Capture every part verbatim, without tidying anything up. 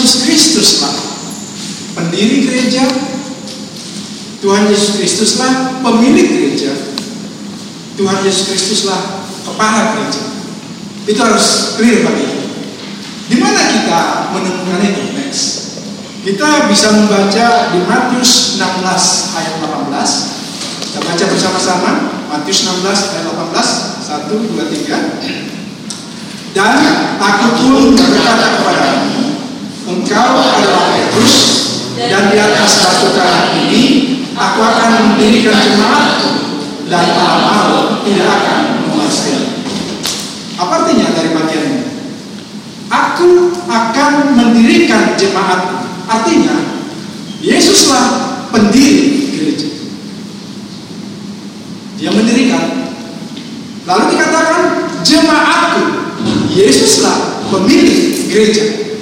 Yesus Kristuslah pendiri gereja, Tuhan Yesus Kristuslah pemilik gereja, Tuhan Yesus Kristuslah kepala gereja. Itu harus clear bagi kita. Di mana kita menemukan itu? Next. Kita bisa membaca di Matius enam belas ayat delapan belas. Kita baca bersama-sama. Matius enam belas ayat delapan belas. satu, dua, tiga. Dan aku pun berkata kepadamu, engkau adalah Petrus, dan di atas batu karang ini aku akan mendirikan jemaatku, dan maut tidak akan menguasai. Apa artinya dari bagian ini? Aku akan mendirikan jemaatku. Artinya Yesuslah pendiri gereja. Dia mendirikan. Lalu dikatakan jemaatku. Yesuslah pemilik gereja.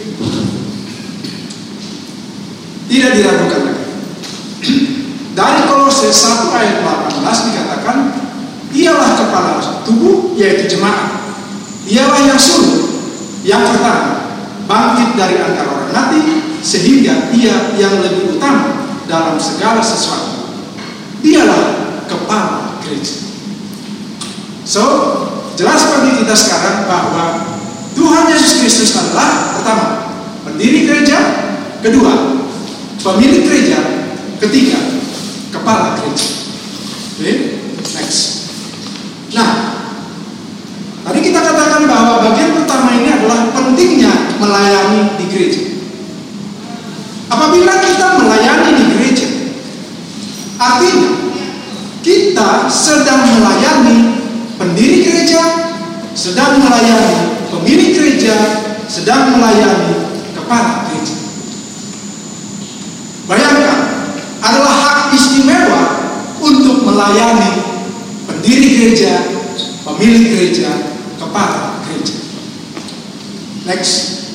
Tidak diragukan lagi. Dari Kolose satu ayat delapan belas dikatakan, ialah kepala tubuh, yaitu jemaat. Ialah yang sulung, yang pertama, bangkit dari antara orang mati, sehingga ia yang lebih utama dalam segala sesuatu. Dialah kepala gereja. So, jelas bagi kita sekarang bahwa Tuhan Yesus Kristus adalah pertama, pendiri gereja, kedua, pemilik gereja, ketiga, kepala gereja. Oke, okay? Next. Nah, tadi kita katakan bahwa bagian pertama ini adalah pentingnya melayani di gereja. Apabila kita melayani di gereja, artinya kita sedang melayani pendiri gereja, sedang melayani pemilik gereja, sedang melayani kepala gereja. Bayangkan, adalah hak istimewa untuk melayani pendiri gereja, pemilik gereja, kepala gereja. Next.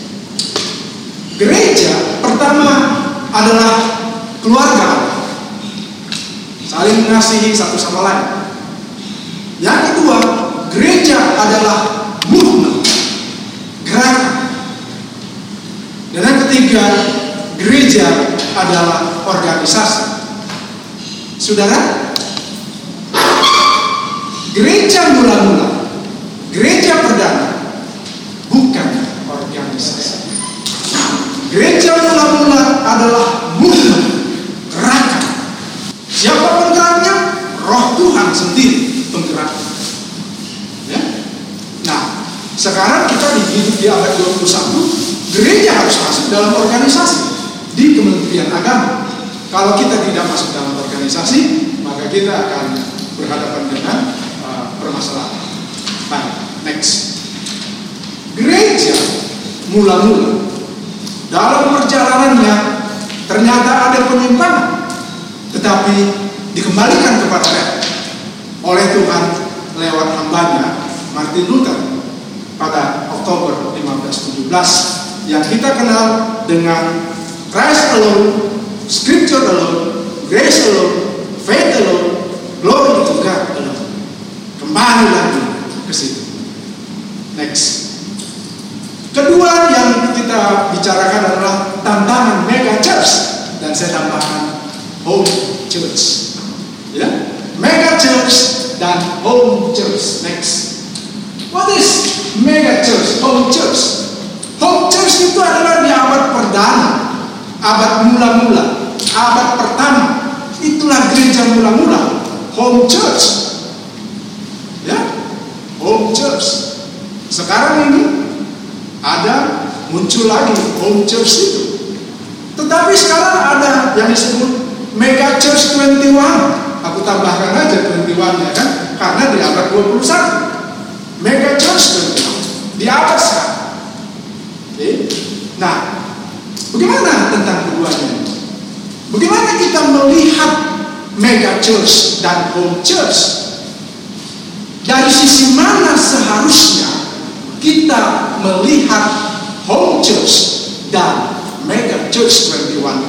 Gereja pertama adalah keluarga, saling mengasihi satu sama lain. Yang kedua, gereja adalah movement, gerakan. Dan yang ketiga, gereja adalah organisasi. Saudara, gereja mula-mula, gereja perdana, bukan organisasi. Gereja mula-mula adalah movement, gerakan. Siapa penggeraknya? Roh Tuhan sendiri penggerak. Ya? Nah, sekarang kita hidup di abad dua puluh satu, gereja harus masuk dalam organisasi di Kementerian Agama. Kalau kita tidak masuk dalam organisasi, maka kita akan berhadapan dengan uh, permasalahan. Baik, next. Gereja mula-mula dalam perjalanannya ternyata ada penyimpangan, tetapi dikembalikan kepada Allah oleh Tuhan lewat hambanya Martin Luther pada Oktober lima belas tujuh belas yang kita kenal dengan Christ alone, Scripture alone, grace alone, faith alone, glory to God alone. Kembali lagi ke situ. Next. Kedua yang kita bicarakan adalah tantangan mega church, dan saya tambahkan home church. Ya, mega church dan home church. Next. What is mega church, home church? Home church itu adalah di abad perdana, abad mula-mula, abad pertama. Itulah gereja mula-mula, home church. Ya, home church. Sekarang ini ada muncul lagi home church itu. Tetapi sekarang ada yang disebut mega church dua puluh satu. Aku tambahkan aja dua puluh satu ya kan, karena di abad dua puluh satu. Mega church dua puluh satu di abad sekarang. Oke. Nah, bagaimana tentang keduanya? Bagaimana kita melihat mega church dan home church? Dari sisi mana seharusnya kita melihat home church dan mega church dua puluh satu?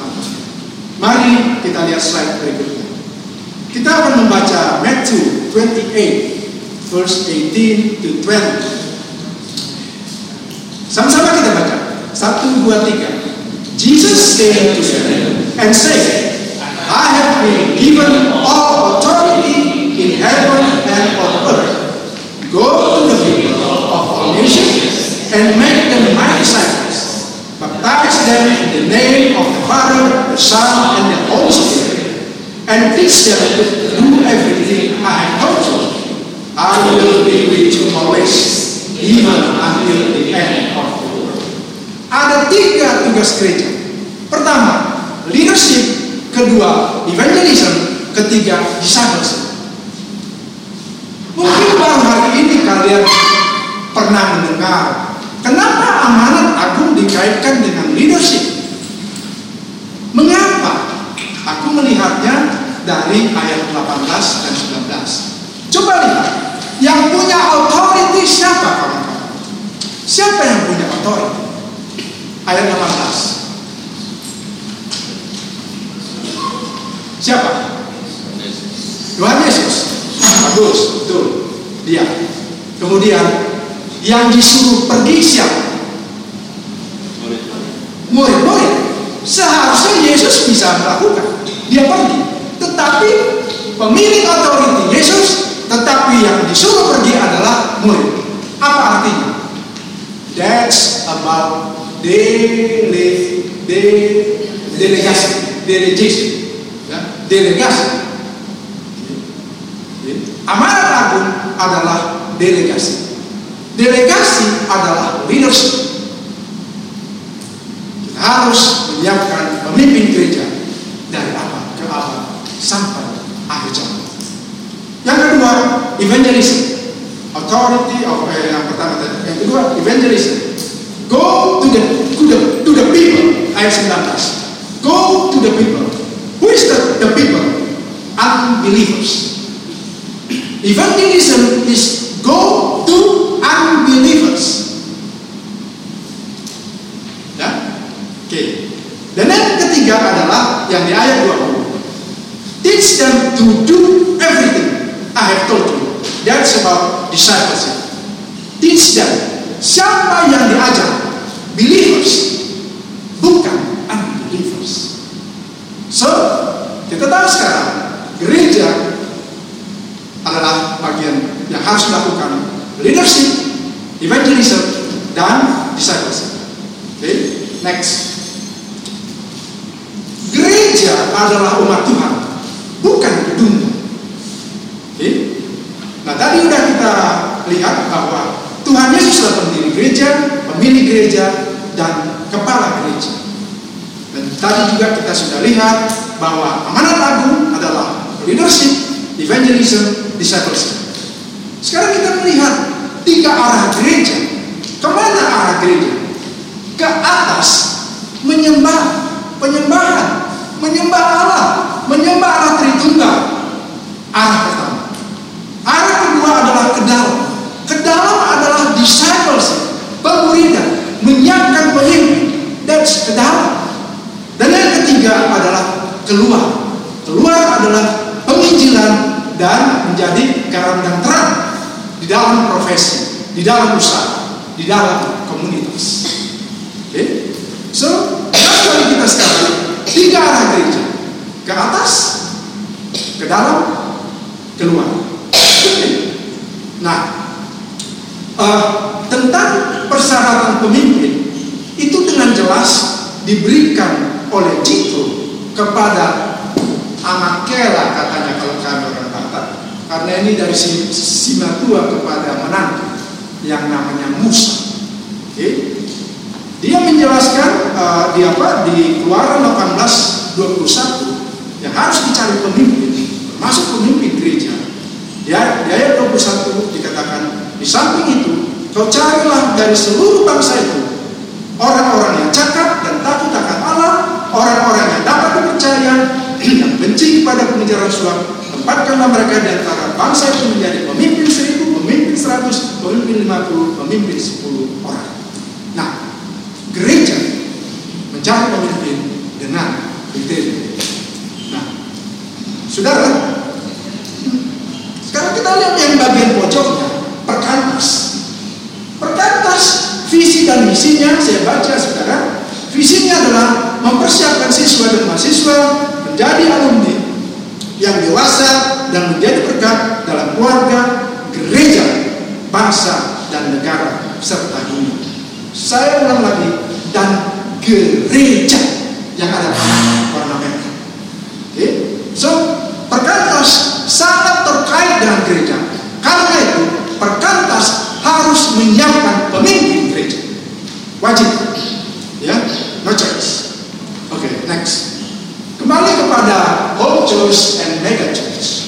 Mari kita lihat slide berikutnya. Kita akan membaca Matthew dua puluh delapan verse eighteen to twenty. Sama-sama kita baca. Satu, dua, tiga. Jesus came to them and said, I have been given all authority in heaven and on earth. Go to the people of all nations and make them my disciples. Baptize them in the name of the Father, the Son, and the Holy Spirit, and teach them to do everything I have taught you. I will be with you always, even until the end of the world. Ada tiga tugas gereja. Pertama, leadership. Kedua, evangelism. Ketiga, discipleship. Mungkin baru hari ini kalian pernah mendengar kenapa amanat agung dikaitkan dengan leadership. Mengapa? Aku melihatnya dari ayat delapan belas dan sembilan belas. Coba lihat, yang punya authority siapa kawan-kawan? Siapa yang punya authority? Ayat delapan belas. Siapa? Tuhan Yesus. Bagus, betul. Dia. Kemudian yang disuruh pergi siapa? Murid-murid. Seharusnya Yesus bisa melakukan. Dia pergi. Tetapi pemilik authority Yesus, tetapi yang disuruh pergi adalah murid. Apa artinya? That's about dele, de, delegasi, delegation, ya, delegasi. Amanat agung adalah delegasi. Delegasi adalah leadership. Kita harus menyiapkan pemimpin gereja dari abad ke abad sampai akhir zaman. Yang kedua, evangelism. Authority of eh, yang pertama tadi. Yang kedua, evangelism. Go to the to the to the people. Ayat sembilan belas. Go to the people. Who is the, the people? Unbelievers. Evangelism is go to unbelievers. Ya? Oke. Okay. Dan yang ketiga adalah yang di ayat dua puluh. Teach them to do everything I have told you. That's about discipleship. Teach them. Siapa yang diajar? Believers, bukan unbelievers. So, kita tahu sekarang gereja adalah bagian yang harus dilakukan leadership, evangelism, dan discipleship. Oke, okay? Next. Gereja adalah umat Tuhan, bukan gedung. Oke. Okay? Nah, tadi sudah kita lihat bahwa Tuhan Yesus adalah pendiri gereja, pemilik gereja, dan kepala gereja. Dan tadi juga kita sudah lihat bahwa amanat agung adalah leadership, evangelism, discipleship. Sekarang kita melihat tiga arah gereja. Kemana arah gereja? Ke atas, menyembah, penyembahan, menyembah Allah, menyembah Allah Tritunggal. Arah pertama. Arah kedua adalah ke dalam. Ke dalam adalah discipleship, pemuridan, menyiapkan pemimpin. That's ke dalam. Dan yang ketiga adalah keluar. Keluar adalah penginjilan dan menjadi garam dan terang di dalam profesi, di dalam usaha, di dalam komunitas. Oke, okay? So bagi kita sekarang tiga arah gereja: ke atas, ke dalam, keluar. Okay? Nah, uh, tentang persyaratan pemimpin itu dengan jelas diberikan oleh Tito kepada Amakela, katanya kalau kami orang Batak, karena ini dari Simatua kepada menantu yang namanya Musa. Oke, okay? Dia menjelaskan uh, di apa di Keluaran delapan belas dua puluh satu yang harus dicari pemimpin, termasuk pemimpin gereja. Ya, di ayat dua puluh satu dikatakan, di samping itu kau carilah dari seluruh bangsa itu orang-orang yang cakap dan takut akan Allah, orang-orang yang dapat dipercaya, yang benci kepada pengejaran suap. Tempatkanlah mereka di antara bangsa itu menjadi pemimpin seribu, pemimpin seratus, pemimpin lima puluh, pemimpin sepuluh orang. Nah, gereja mencari pemimpin dengan kriteria. Nah, saudara, sekarang kita lihat yang bagian pojoknya, perkantas. Perkantas visi dan misinya saya baca, saudara. Visinya adalah mempersiapkan siswa dan mahasiswa menjadi alumni yang dewasa dan menjadi berkat dalam keluarga, gereja, bangsa, dan negara serta dunia. Saya ulang lagi, dan gereja yang ada warna merah. Oke, okay? So Perkantas sangat terkait dengan gereja. Karena itu Perkantas harus menyiapkan pemimpin gereja. Wajib, ya, no choice. Oke, okay, next. Kembali kepada home church and mega church.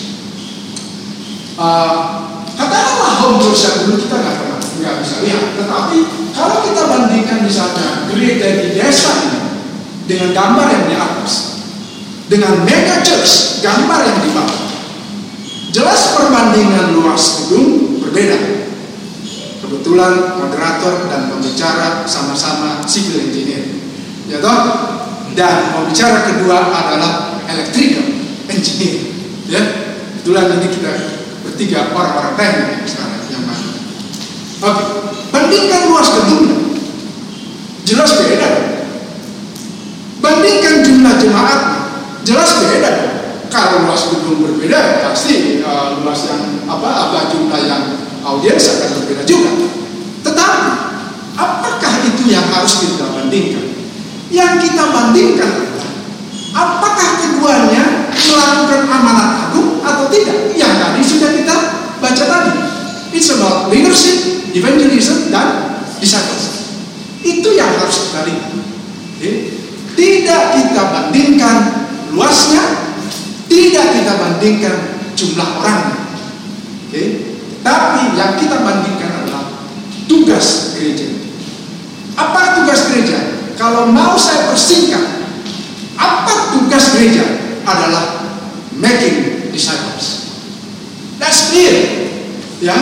Uh, katakanlah home church yang dulu kita nggak pernah nggak bisa lihat, tetapi kalau kita bandingkan misalnya gereja di desa ini dengan gambar yang di atas, dengan mega church gambar yang di bawah, jelas perbandingan luas gedung berbeda. Kebetulan moderator dan pembicara sama-sama civil engineer, ya toh? Dan pembicara kedua adalah electrical engineer, ya. Kebetulan ini kita bertiga orang-orang teknik sekarang yang mana. Oke, bandingkan luas gedungnya, jelas beda. Bandingkan jumlah jemaatnya, jelas beda. Kalau luas gedung berbeda, pasti uh, luas yang apa, apa jumlah yang audiens akan berbeda juga. Tetapi apakah itu yang harus kita bandingkan? Yang kita bandingkan adalah apakah keduanya melakukan amanat agung atau tidak? Yang tadi sudah kita baca tadi. It's about leadership, evangelism, dan discipleship. Itu yang harus kita lihat. Okay? Tidak kita bandingkan luasnya, tidak kita bandingkan jumlah orangnya. Okay? Tapi yang kita bandingkan adalah tugas gereja. Apa tugas gereja? Kalau mau saya persingkat, apa tugas gereja? Adalah making disciples. That's clear, ya.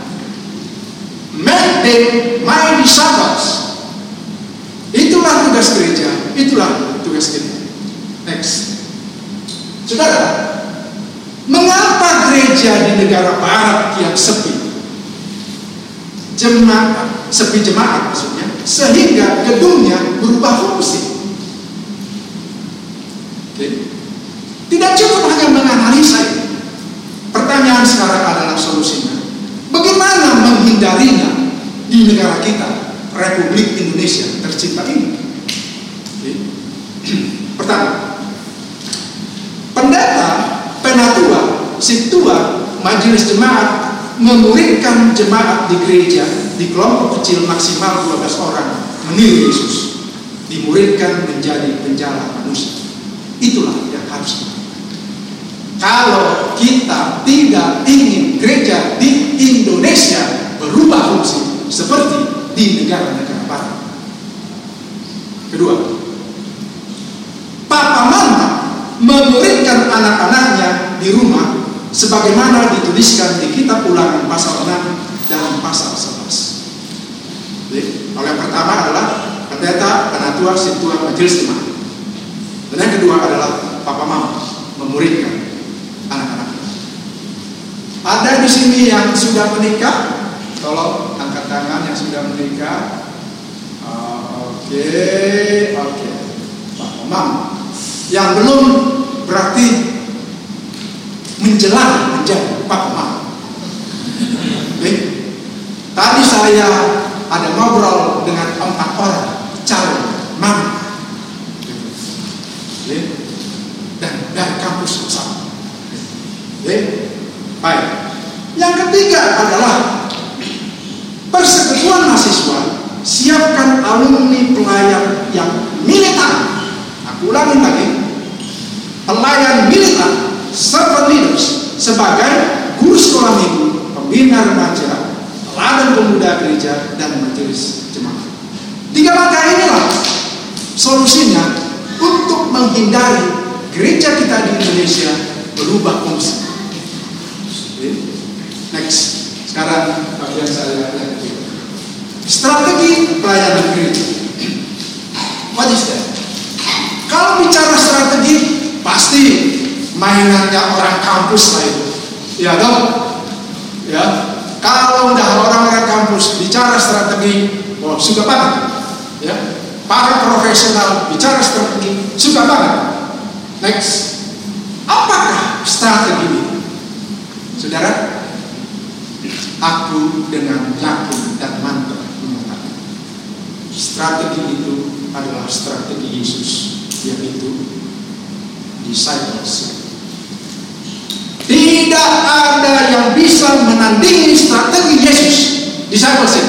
Make them my disciples. Itulah tugas gereja. Itulah tugas gereja. Next, saudara, mengapa gereja di negara Barat yang sepi? Jemaat, sepi jemaat maksudnya, sehingga gedungnya berubah fungsi. Okay. Tidak cukup hanya menganalisa itu. Pertanyaan sekarang adalah solusinya. Bagaimana menghindarinya di negara kita, Republik Indonesia tercinta ini? Okay. Pertama, pendeta, penatua, situa, majelis jemaat memuridkan jemaat di gereja di kelompok kecil maksimal dua belas orang meniru Yesus, dimuridkan menjadi penjala manusia. Itulah yang harus kita lakukan. Kalau kita tidak ingin gereja di Indonesia berubah fungsi seperti di negara-negara barat. Kedua, Papa Mama memuridkan anak-anaknya di rumah sebagaimana dituliskan di kitab Ulangan pasal enam dan pasal sebelas. Jadi, yang pertama adalah pendeta, penatua, situa, majelis jemaat. Dan yang kedua adalah Papa Mama memuridkan anak-anaknya. Ada di sini yang sudah menikah? Tolong angkat tangan yang sudah menikah. uh, Oke, okay, oke, okay. Papa Mama. Yang belum berarti menjelang menjadi Papa Mama. Okay. Tadi saya ada ngobrol dengan empat orang calon mama, okay. Dan dari kampus yang sama. Okay. Baik. Yang ketiga adalah persekutuan mahasiswa siapkan alumni pelayan yang militan. Aku ulangi lagi, pelayan militan, servant leaders, sebagai guru sekolah minggu, pembina remaja, teladan pemuda gereja, dan majelis jemaat. Tiga langkah inilah solusinya untuk menghindari gereja kita di Indonesia berubah fungsi. Next, sekarang bagian saya yang ketiga, strategi pelayanan gereja. What is that? Kalau bicara strategi, pasti mainannya orang kampus lah itu, ya dong, ya. Kalau udah orang-orang kampus bicara strategi, oh suka banget, ya. para profesional bicara strategi suka banget. Next, apakah strategi ini? Saudara, aku dengan yakin dan mantap mengatakan strategi itu adalah strategi Yesus, yaitu discipleship. Tidak ada yang bisa menandingi strategi Yesus, discipleship.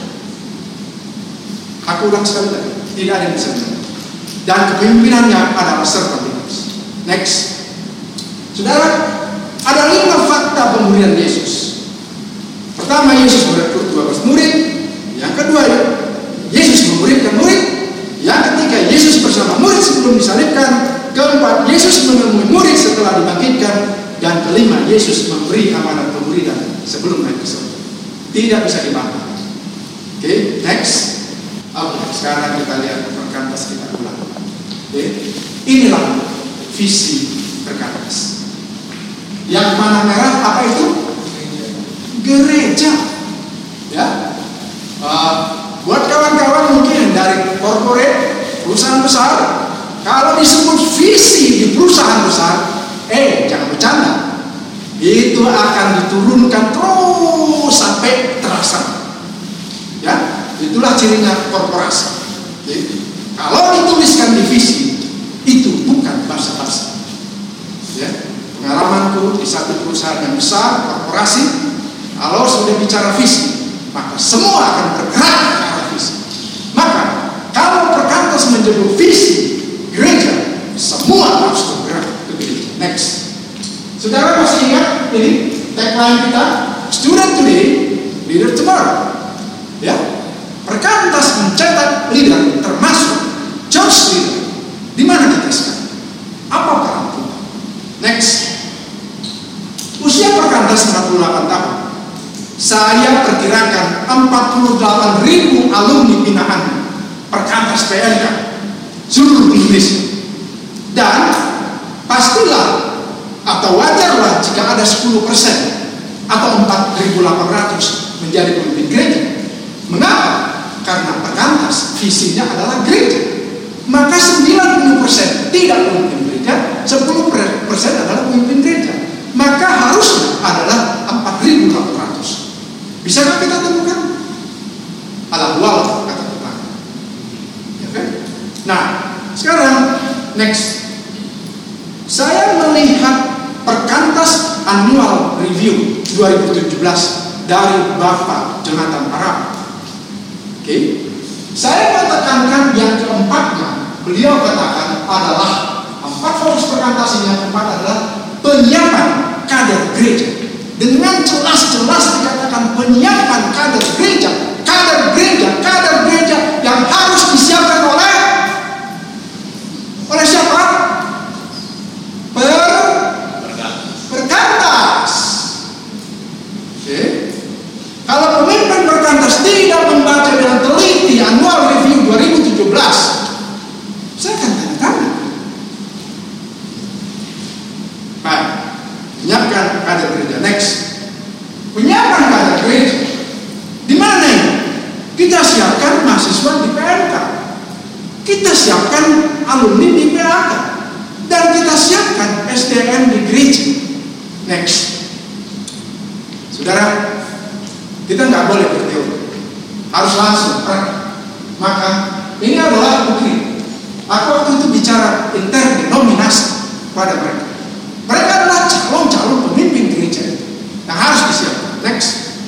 Aku ulang sekali lagi, tidak ada yang bisa menandingi. Dan kepemimpinannya adalah serta bebas. Next, saudara, ada lima fakta pemberian Yesus. Pertama, Yesus merekrut dua belas murid. Yang kedua, Yesus memuridkan murid. Yang ketiga, Yesus bersama murid sebelum disalibkan. Keempat, Yesus menemui murid setelah dibangkitkan. Dan kelima, Yesus memberi amanat pemuridan sebelum naik ke surga. Tidak bisa dibantah. Oke, okay, next. Oke, okay, sekarang kita lihat perkantas kita ulang. Oke, okay. Inilah visi perkantas. Yang mana merah apa itu? Gereja. Ya. Uh, buat kawan-kawan mungkin dari corporate, perusahaan besar, kalau disebut visi di perusahaan besar, eh jangan bercanda, itu akan diturunkan terus sampai terasa. Ya, itulah cirinya korporasi. Jadi, kalau dituliskan di visi, itu bukan basa-basi. Ya, pengalamanku di satu perusahaan yang besar korporasi, kalau sudah bicara visi, maka semua akan bergerak ke arah visi. Maka kalau perkantas menyebut visi gereja, semua harus bergerak ke gereja. Next. Saudara masih ingat ini tagline kita? Student today, leader tomorrow. Ya, perkantas mencetak leader, termasuk church leader. Di mana kita sekarang? Apa peran kita? Next. Usia perkantas empat puluh delapan tahun. Saya perkirakan empat puluh delapan ribu alumni binaan perkantas P M K seluruh Indonesia. Dan pastilah atau wajarlah jika ada sepuluh persen atau empat ribu delapan ratus menjadi pemimpin gereja. Mengapa? Karena perkantas visinya adalah gereja. Maka sembilan puluh persen tidak pemimpin gereja, sepuluh persen adalah pemimpin gereja. Maka harusnya adalah empat ribu delapan ratus. Bisakah kita temukan? Ala wal kata tetangga. Ya kan? Nah, sekarang next. Saya melihat perkantas annual review dua ribu tujuh belas dari Bapak Jonathan Arap. Oke, okay. Saya katakan yang keempatnya, beliau katakan adalah empat fokus perkantas ini. Yang keempat adalah penyiapan kader gereja. Dengan jelas-jelas dikatakan penyiapan kader gereja, kader gereja, kader gereja yang harus disiapkan oleh oleh siapa? Perkantas. Oke. Kalau pemimpin perkantas tidak membaca dengan teliti annual review dua ribu tujuh belas, saya akan tanda tanya. Baik, menyiapkan kader gereja. Next, penyiapan kader gereja. Di mana ini? Kita siapkan mahasiswa di P M K, kita siapkan alumni di P A K, dan kita siapkan S D M di gereja. Next, saudara, kita nggak boleh berteori, harus langsung praktek. Maka ini adalah bukti. Aku waktu itu bicara interdenominasi pada mereka. Mereka adalah calon-calon pemimpin gereja yang harus disiapkan. Next,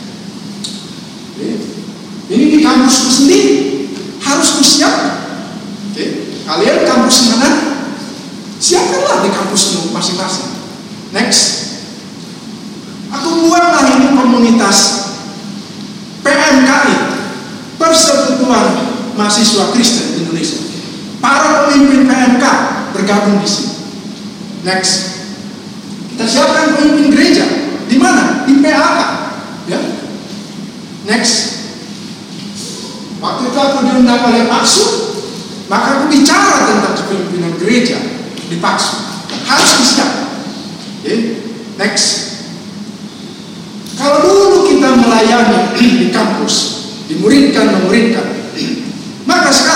ini di kampusku sendiri harus kusiapkan. Oke, kalian kampus mana? Siapkanlah di kampusmu masing-masing. Next. Aku buatlah ini komunitas P M K I, Persekutuan Mahasiswa Kristen Indonesia. Para pemimpin P M K bergabung di sini. Next. Kita siapkan pemimpin gereja. Di mana? Di P A K. Ya. Next. Waktu itu aku diundang oleh Paksu, maka aku bicara tentang kepemimpinan gereja di Paksu. Harus disiapkan. Okay. Next. Kalau dulu kita melayani di kampus, dimuridkan, memuridkan, maka sekarang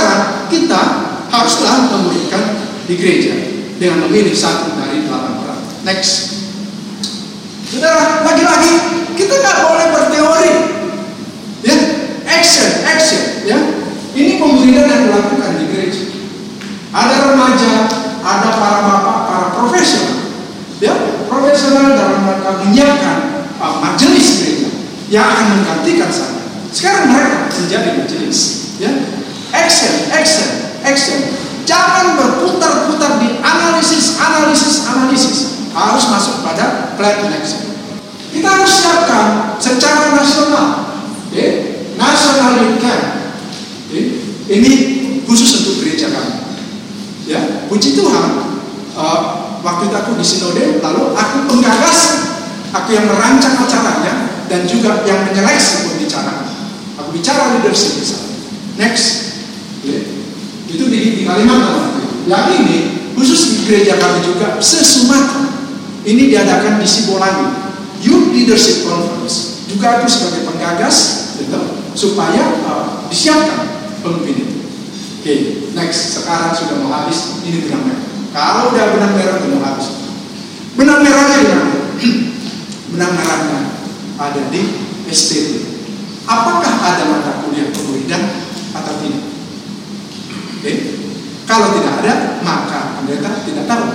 kita haruslah memuridkan di gereja dengan memilih satu dari delapan peran. Next. Saudara, lagi-lagi kita nggak boleh berteori, ya, action, action, ya. Ini pemuridan yang dilakukan di gereja. Ada remaja, ada para bapak, para profesional, ya, profesional dalam rangka menyiapkan uh, majelis gereja yang akan menggantikan saya. Sekarang mereka menjadi majelis, ya. Action, action, action. Jangan berputar-putar di analisis, analisis, analisis. Harus masuk pada plan action. Kita harus siapkan secara nasional, okay? National Camp. Okay? Ini khusus untuk gereja kami. Ya, puji Tuhan. Uh, waktu itu aku di sinode, lalu aku penggagas, aku yang merancang acaranya dan juga yang menyeleksi pembicara. Aku bicara leadership di sana. Next, okay? Itu di, di Kalimantan. Yang ini khusus di gereja kami juga se-Sumatera. Ini diadakan di Sibolangit, Youth Leadership Conference. Juga aku sebagai penggagas, gitu, supaya uh, disiapkan pemimpin itu. Oke, okay, next. Sekarang sudah mau habis. Ini benang merah. Kalau udah benang merah, udah mau habis. Benang merahnya di mana? Benang merahnya ada di S T T. Apakah ada mata kuliah pemuridan atau tidak? Oke, okay. Kalau tidak ada, maka pendeta tidak tahu.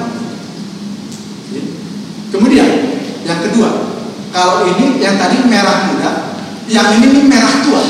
Okay. Kemudian yang kedua, kalau ini yang tadi merah muda, yang ini merah tua,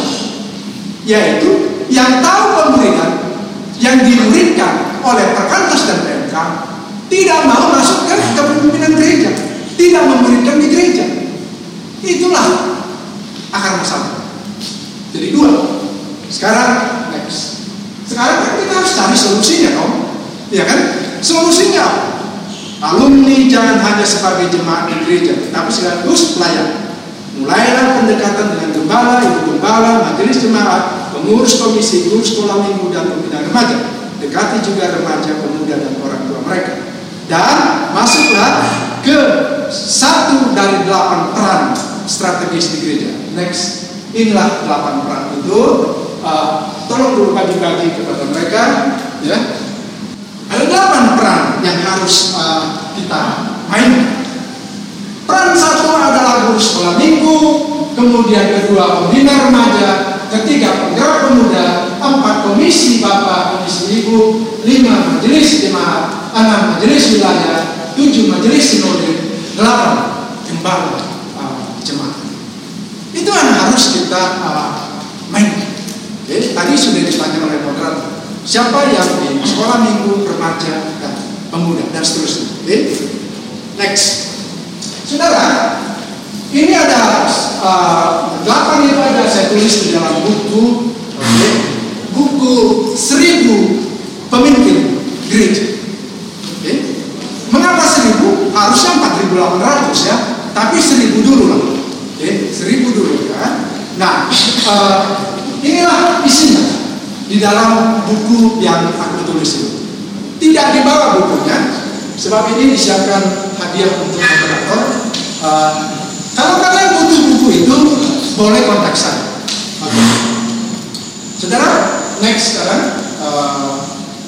yaitu yang tahu pemuridan, yang dimuridkan oleh perkantos dan P M K, tidak mau masuk ke kepemimpinan gereja, tidak memuridkan di gereja. Itulah akar masalah. Jadi dua. Sekarang next. Sekarang kan kita harus cari solusinya, dong, ya kan? Solusinya alumni jangan hanya sebagai jemaat di gereja, tetapi sekaligus pelayan. Mulailah pendekatan dengan gembala, ibu gembala, majelis jemaat, pengurus komisi, guru sekolah minggu dan pembina remaja. Dekati juga remaja, pemuda dan orang tua mereka. Dan masuklah ke satu dari delapan peran strategis di gereja. Next, inilah delapan peran itu. Uh, tolong dulu bagi-bagi kepada mereka, ya. Ada delapan peran yang harus uh, kita mainkan. Peran satu adalah guru sekolah minggu, kemudian kedua pembina remaja, ketiga penggerak pemuda, empat komisi bapak, komisi ibu, lima majelis jemaat, enam majelis wilayah, tujuh majelis sinode, delapan gembala uh, jemaat. Itu yang harus kita uh, mainkan. Oke, tadi sudah ditanya oleh moderator. Siapa yang di sekolah minggu, remaja, dan pemuda, dan seterusnya. Oke, next. Saudara, ini ada uh, delapan itu ada saya tulis di dalam buku, okay, buku seribu pemimpin gereja. Okay. Mengapa seribu? Harusnya empat ribu delapan ratus ya, tapi seribu dulu lah. Okay. Seribu dulu kan. Nah, uh, inilah isinya di dalam buku yang aku tulis itu. Tidak dibawa bukunya, sebab ini disiapkan hadiah untuk moderator. Uh, kalau kalian butuh buku itu, boleh kontak saya. Okay. Saudara, next sekarang. Uh,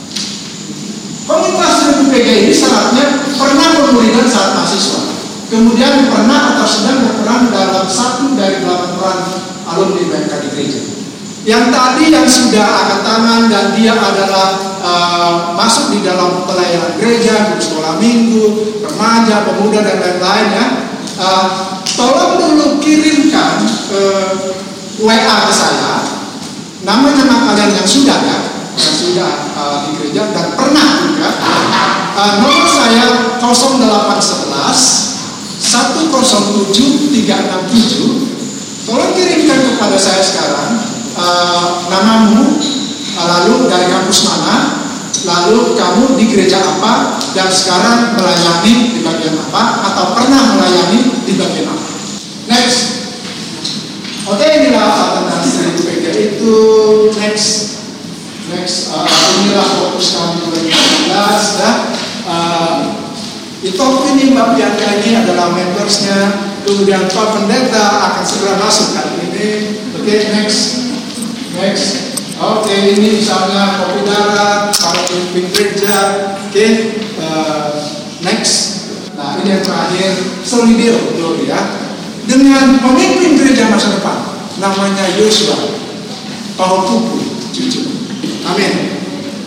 komunitas seribu P G ini syaratnya pernah pemuridan saat mahasiswa, kemudian pernah atau sedang berperan dalam satu dari delapan peran alumni B M K di gereja. Yang tadi yang sudah angkat tangan dan dia adalah uh, masuk di dalam pelayanan gereja, guru sekolah minggu, remaja, pemuda dan lain-lainnya, uh, tolong dulu kirimkan uh, W A ke saya nama-nama kalian yang sudah ya, yang sudah uh, di gereja dan pernah juga. Uh, nomor saya nol delapan satu satu satu nol tujuh tiga enam tujuh. Tolong kirimkan kepada saya sekarang. Uh, namamu, uh, lalu dari kampus mana, lalu kamu di gereja apa, dan sekarang melayani di bagian apa, atau pernah melayani di bagian apa. Next. Oke, okay, inilah tentang seribu P G itu. Next. Next. Uh, inilah fokus kami dua ribu sembilan belas ya. Uh, itu ini Mbak Bianca ini adalah mentorsnya. Kemudian Pak Pendeta akan segera masuk kali ini. Oke, okay, next. Next, Oke, ini misalnya kopi darat, para pemimpin gereja. Oke, uh, next. Nah, ini yang terakhir, solidar dulu ya. Dengan pemimpin gereja masa depan, namanya Yosua, Pahupupu, cucu. Amin.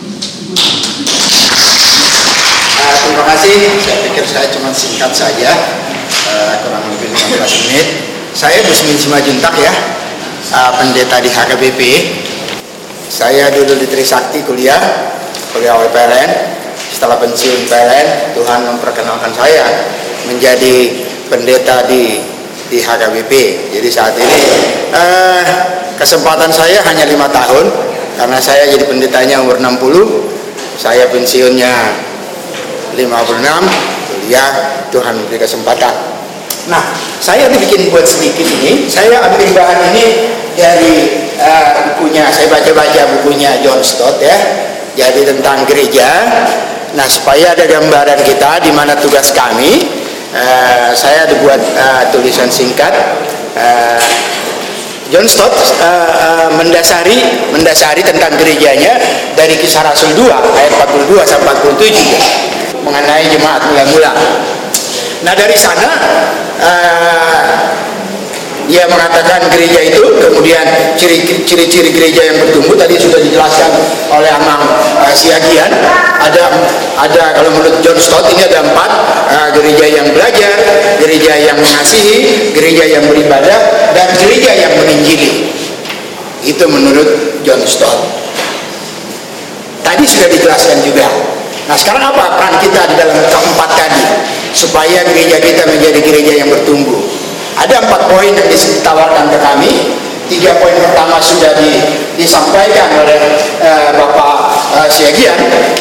Uh, terima kasih. Saya pikir saya cuma singkat saja, uh, kurang lebih lima belas menit. Saya Busmin Simajuntak ya, uh, pendeta di H K B P. Saya dulu di Trisakti kuliah, pegawai P L N. Setelah pensiun P L N, Tuhan memperkenalkan saya menjadi pendeta di di H K B P. Jadi saat ini uh, kesempatan saya hanya lima tahun, karena saya jadi pendetanya umur enam puluh, saya pensiunnya lima puluh enam, kuliah, Tuhan memberi kesempatan. Nah, saya dibikin buat sedikit ini, saya ambil bahan ini dari uh, bukunya, saya baca-baca bukunya John Stott ya, jadi tentang gereja. Nah, supaya ada gambaran kita di mana tugas kami, uh, saya dibuat uh, tulisan singkat. uh, John Stott uh, uh, mendasari mendasari tentang gerejanya dari Kisah Rasul dua ayat empat puluh dua sampai empat puluh tujuh mengenai jemaat mula-mula. Nah, dari sana uh, dia mengatakan gereja itu, kemudian ciri-ciri gereja yang bertumbuh tadi sudah dijelaskan oleh Amang uh, Siagian. Ada ada kalau menurut John Stott ini ada empat, uh, gereja yang belajar, gereja yang mengasihi, gereja yang beribadah, dan gereja yang menginjili. Itu menurut John Stott. Tadi sudah dijelaskan juga. Nah, sekarang apa peran kita di dalam keempat tadi supaya gereja kita menjadi gereja yang bertumbuh? Ada empat poin yang ditawarkan ke kami. Tiga poin pertama sudah di, disampaikan oleh uh, Bapak uh, Siagian.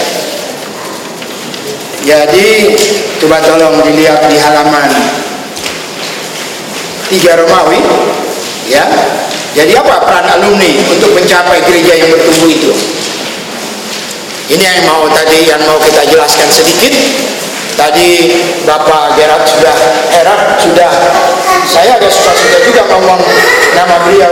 Jadi coba tolong dilihat di halaman tiga Romawi ya. Jadi apa peran alumni untuk mencapai gereja yang bertumbuh itu? Ini yang mau tadi yang mau kita jelaskan sedikit. Tadi Bapak Gerard sudah Gerard sudah saya agak suka-suka juga ngomong nama beliau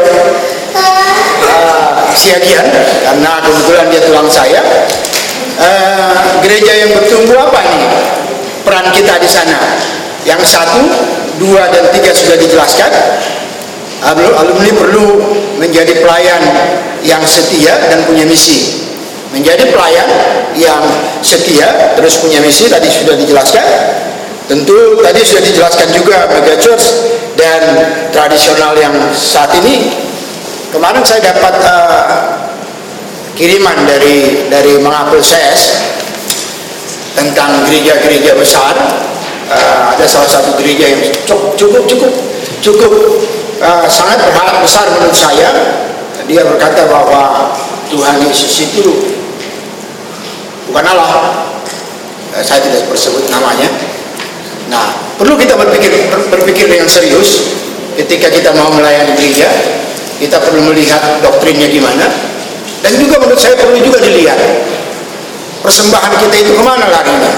uh, Siagian karena kebetulan dia tulang saya. Uh, gereja yang bertumbuh apa nih peran kita di sana? Yang satu, dua dan tiga sudah dijelaskan. Alumni perlu menjadi pelayan yang setia dan punya misi. Menjadi pelayan yang setia terus punya misi tadi sudah dijelaskan. Tentu tadi sudah dijelaskan juga mega church dan tradisional yang saat ini. Kemarin saya dapat uh, kiriman dari dari Mengapel S E S tentang gereja-gereja besar. Uh, ada salah satu gereja yang cukup cukup cukup cukup uh, sangat berharap besar menurut saya. Dia berkata bahwa Tuhan Yesus itu bukan Allah. Uh, saya tidak bersebut namanya. Nah, perlu kita berpikir berpikir dengan serius ketika kita mau melayani gereja. Kita perlu melihat doktrinnya gimana, dan juga menurut saya perlu juga dilihat persembahan kita itu kemana larinya.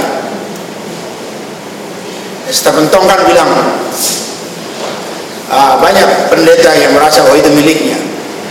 Stephen Tongkan bilang ah, banyak pendeta yang merasa bahwa itu miliknya.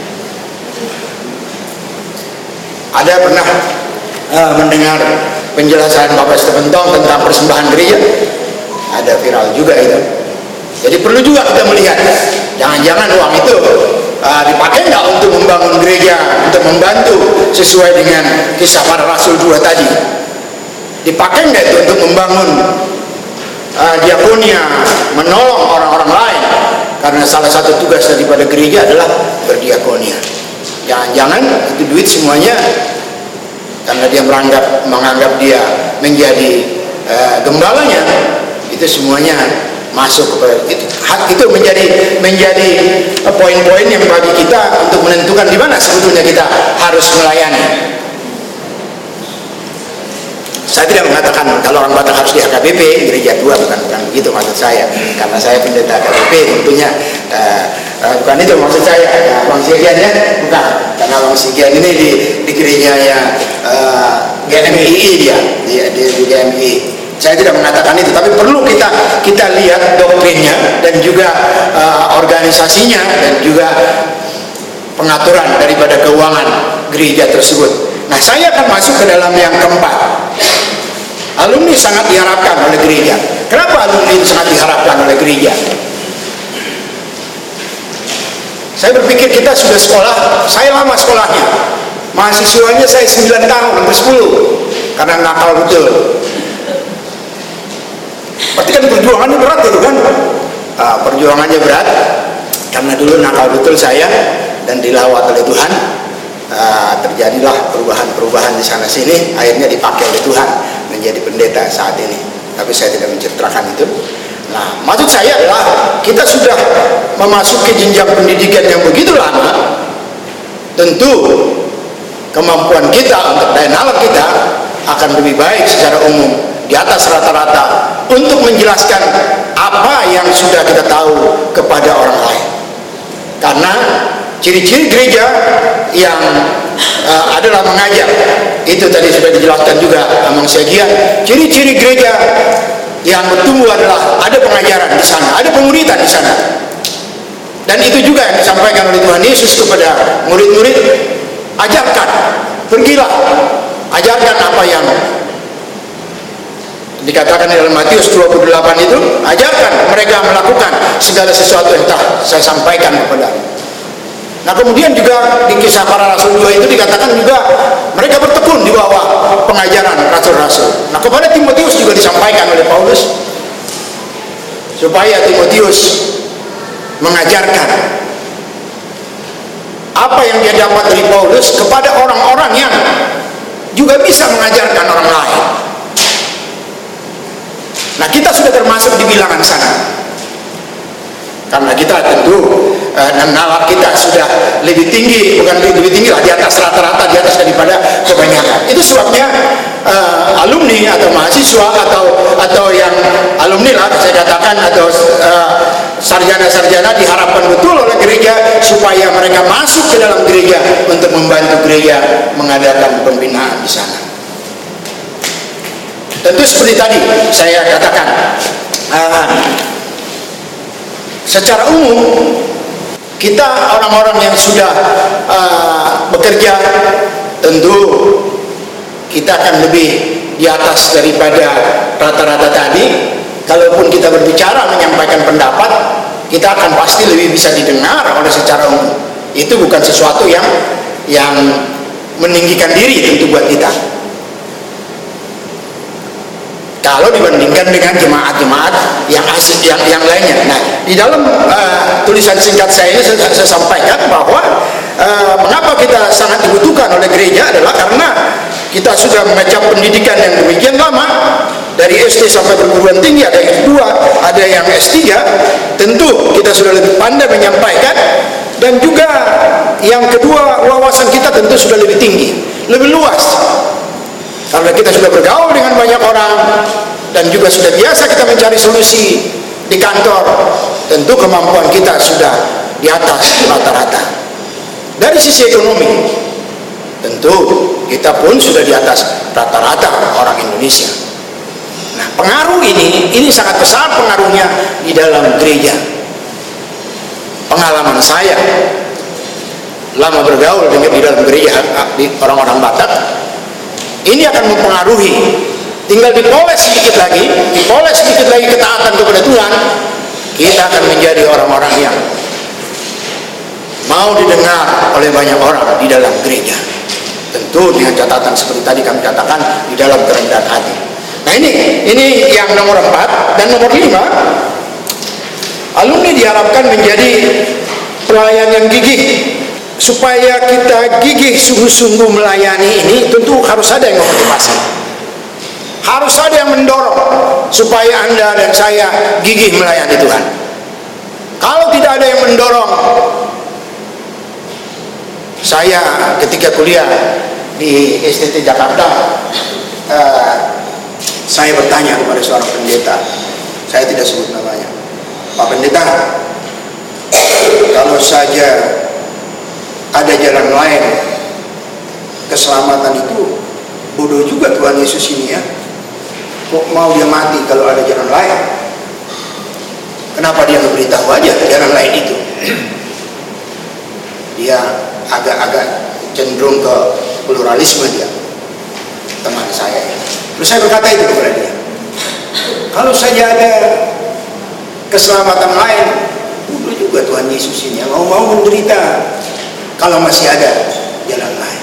Ada pernah uh, mendengar penjelasan Bapak Stephen Tong tentang persembahan gereja? Ada viral juga itu. Jadi perlu juga kita melihat, jangan-jangan uang itu uh, dipakai nggak untuk membangun gereja, untuk membantu sesuai dengan kisah para rasul dua tadi. Dipakai nggak itu untuk membangun uh, diakonia, menolong orang-orang lain? Karena salah satu tugas daripada gereja adalah berdiakonia. Jangan-jangan itu duit semuanya karena dia menganggap menganggap dia menjadi uh, gembalanya, itu semuanya masuk ke itu, itu menjadi menjadi poin-poin yang bagi kita untuk menentukan di mana sebetulnya kita harus melayani. Saya tidak mengatakan kalau orang Batak harus di H K B P gereja dua, bukan bukan begitu maksud saya, karena saya pendeta H K B P tentunya uh, uh, bukan itu maksud saya. uh, Bang Sigian ya bukan, karena Bang Sigian ini di, di gerejanya uh, G M I dia dia di, di G M I. Saya tidak mengatakan itu, tapi perlu kita kita lihat doktrinnya dan juga uh, organisasinya dan juga pengaturan daripada keuangan gereja tersebut. Nah, saya akan masuk ke dalam yang keempat. Alumni sangat diharapkan oleh gereja. Kenapa alumni itu sangat diharapkan oleh gereja? Saya berpikir kita sudah sekolah, saya lama sekolahnya. Mahasiswanya saya sembilan tahun, hampir sepuluh. Karena nakal betul. Berarti kan perjuangannya berat itu kan? Uh, perjuangannya berat. Karena dulu nakal betul saya dan dilawat oleh Tuhan. Uh, terjadilah perubahan-perubahan di sana sini, akhirnya dipakai oleh Tuhan menjadi pendeta saat ini. Tapi saya tidak menceritakan itu. Nah, maksud saya adalah kita sudah memasuki jenjang pendidikan yang begitu lama, tentu kemampuan kita untuk daya nalar kita akan lebih baik secara umum di atas rata-rata untuk menjelaskan apa yang sudah kita tahu kepada orang lain. Karena ciri-ciri gereja yang uh, adalah mengajar, itu tadi sudah dijelaskan juga Amang Syagian. Ciri-ciri gereja yang bertumbuh adalah ada pengajaran di sana, ada pemuridan di sana. Dan itu juga yang disampaikan oleh Tuhan Yesus kepada murid-murid, ajarkan, pergilah, ajarkan apa yang dikatakan di dalam Matius dua puluh delapan itu, ajarkan mereka melakukan segala sesuatu yang telah saya sampaikan kepada. Nah, kemudian juga di Kisah Para Rasul dua itu dikatakan juga mereka bertekun di bawah pengajaran rasul-rasul. Nah, kepada Timotius juga disampaikan oleh Paulus supaya Timotius mengajarkan apa yang dia dapat dari Paulus kepada orang-orang yang juga bisa mengajarkan orang lain. Nah, kita sudah termasuk di bilangan sana. Karena kita tentu uh, nalar kita sudah lebih tinggi, bukan lebih, lebih tinggi lah, di atas rata-rata, di atas daripada kebanyakan. Itu sebabnya uh, alumni atau mahasiswa atau atau yang alumni lah saya katakan, atau uh, sarjana-sarjana diharapkan betul oleh gereja supaya mereka masuk ke dalam gereja untuk membantu gereja mengadakan pembinaan di sana. Tentu seperti tadi saya katakan, uh, secara umum kita orang-orang yang sudah uh, bekerja, tentu kita akan lebih di atas daripada rata-rata tadi. Kalaupun kita berbicara menyampaikan pendapat, kita akan pasti lebih bisa didengar oleh secara umum. Itu bukan sesuatu yang yang meninggikan diri tentu buat kita. Kalau dibandingkan dengan jemaat-jemaat yang asli, yang yang lainnya. Nah, di dalam uh, tulisan singkat saya ini saya, saya sampaikan bahwa uh, mengapa kita sangat dibutuhkan oleh gereja adalah karena kita sudah mengecap pendidikan yang demikian lama, dari S D sampai perguruan tinggi, ada yang S dua, ada yang S tiga. Tentu kita sudah lebih pandai menyampaikan, dan juga yang kedua, wawasan kita tentu sudah lebih tinggi, lebih luas. Karena kita sudah bergaul dengan banyak orang dan juga sudah biasa kita mencari solusi di kantor, tentu kemampuan kita sudah di atas rata-rata. Dari sisi ekonomi, tentu kita pun sudah di atas rata-rata orang Indonesia. Nah, pengaruh ini, ini sangat besar pengaruhnya di dalam gereja. Pengalaman saya lama bergaul dengan di dalam gereja di orang-orang Batak, ini akan mempengaruhi. Tinggal dipoles sedikit lagi, dipoles sedikit lagi ketaatan kepada Tuhan, kita akan menjadi orang-orang yang mau didengar oleh banyak orang di dalam gereja. Tentu dengan catatan seperti tadi kami katakan, di dalam kerendahan hati. Nah, ini ini yang nomor empat. Dan nomor lima, alumni diharapkan menjadi pelayan yang gigih. Supaya kita gigih sungguh-sungguh melayani ini, tentu harus ada yang memotivasi, harus ada yang mendorong supaya Anda dan saya gigih melayani Tuhan. Kalau tidak ada yang mendorong, saya ketika kuliah di S T T Jakarta, uh, saya bertanya kepada seorang pendeta, saya tidak sebut namanya, Pak Pendeta, kalau saja ada jalan lain, keselamatan itu bodoh juga Tuhan Yesus ini ya. Kok mau dia mati kalau ada jalan lain? Kenapa dia nggak beritahu aja jalan lain itu? dia agak-agak cenderung ke pluralisme dia, teman saya. Terus saya berkata itu kepada dia, kalau saja ada keselamatan lain, udah juga Tuhan Yesus ini yang mau-mau menderita kalau masih ada jalan lain.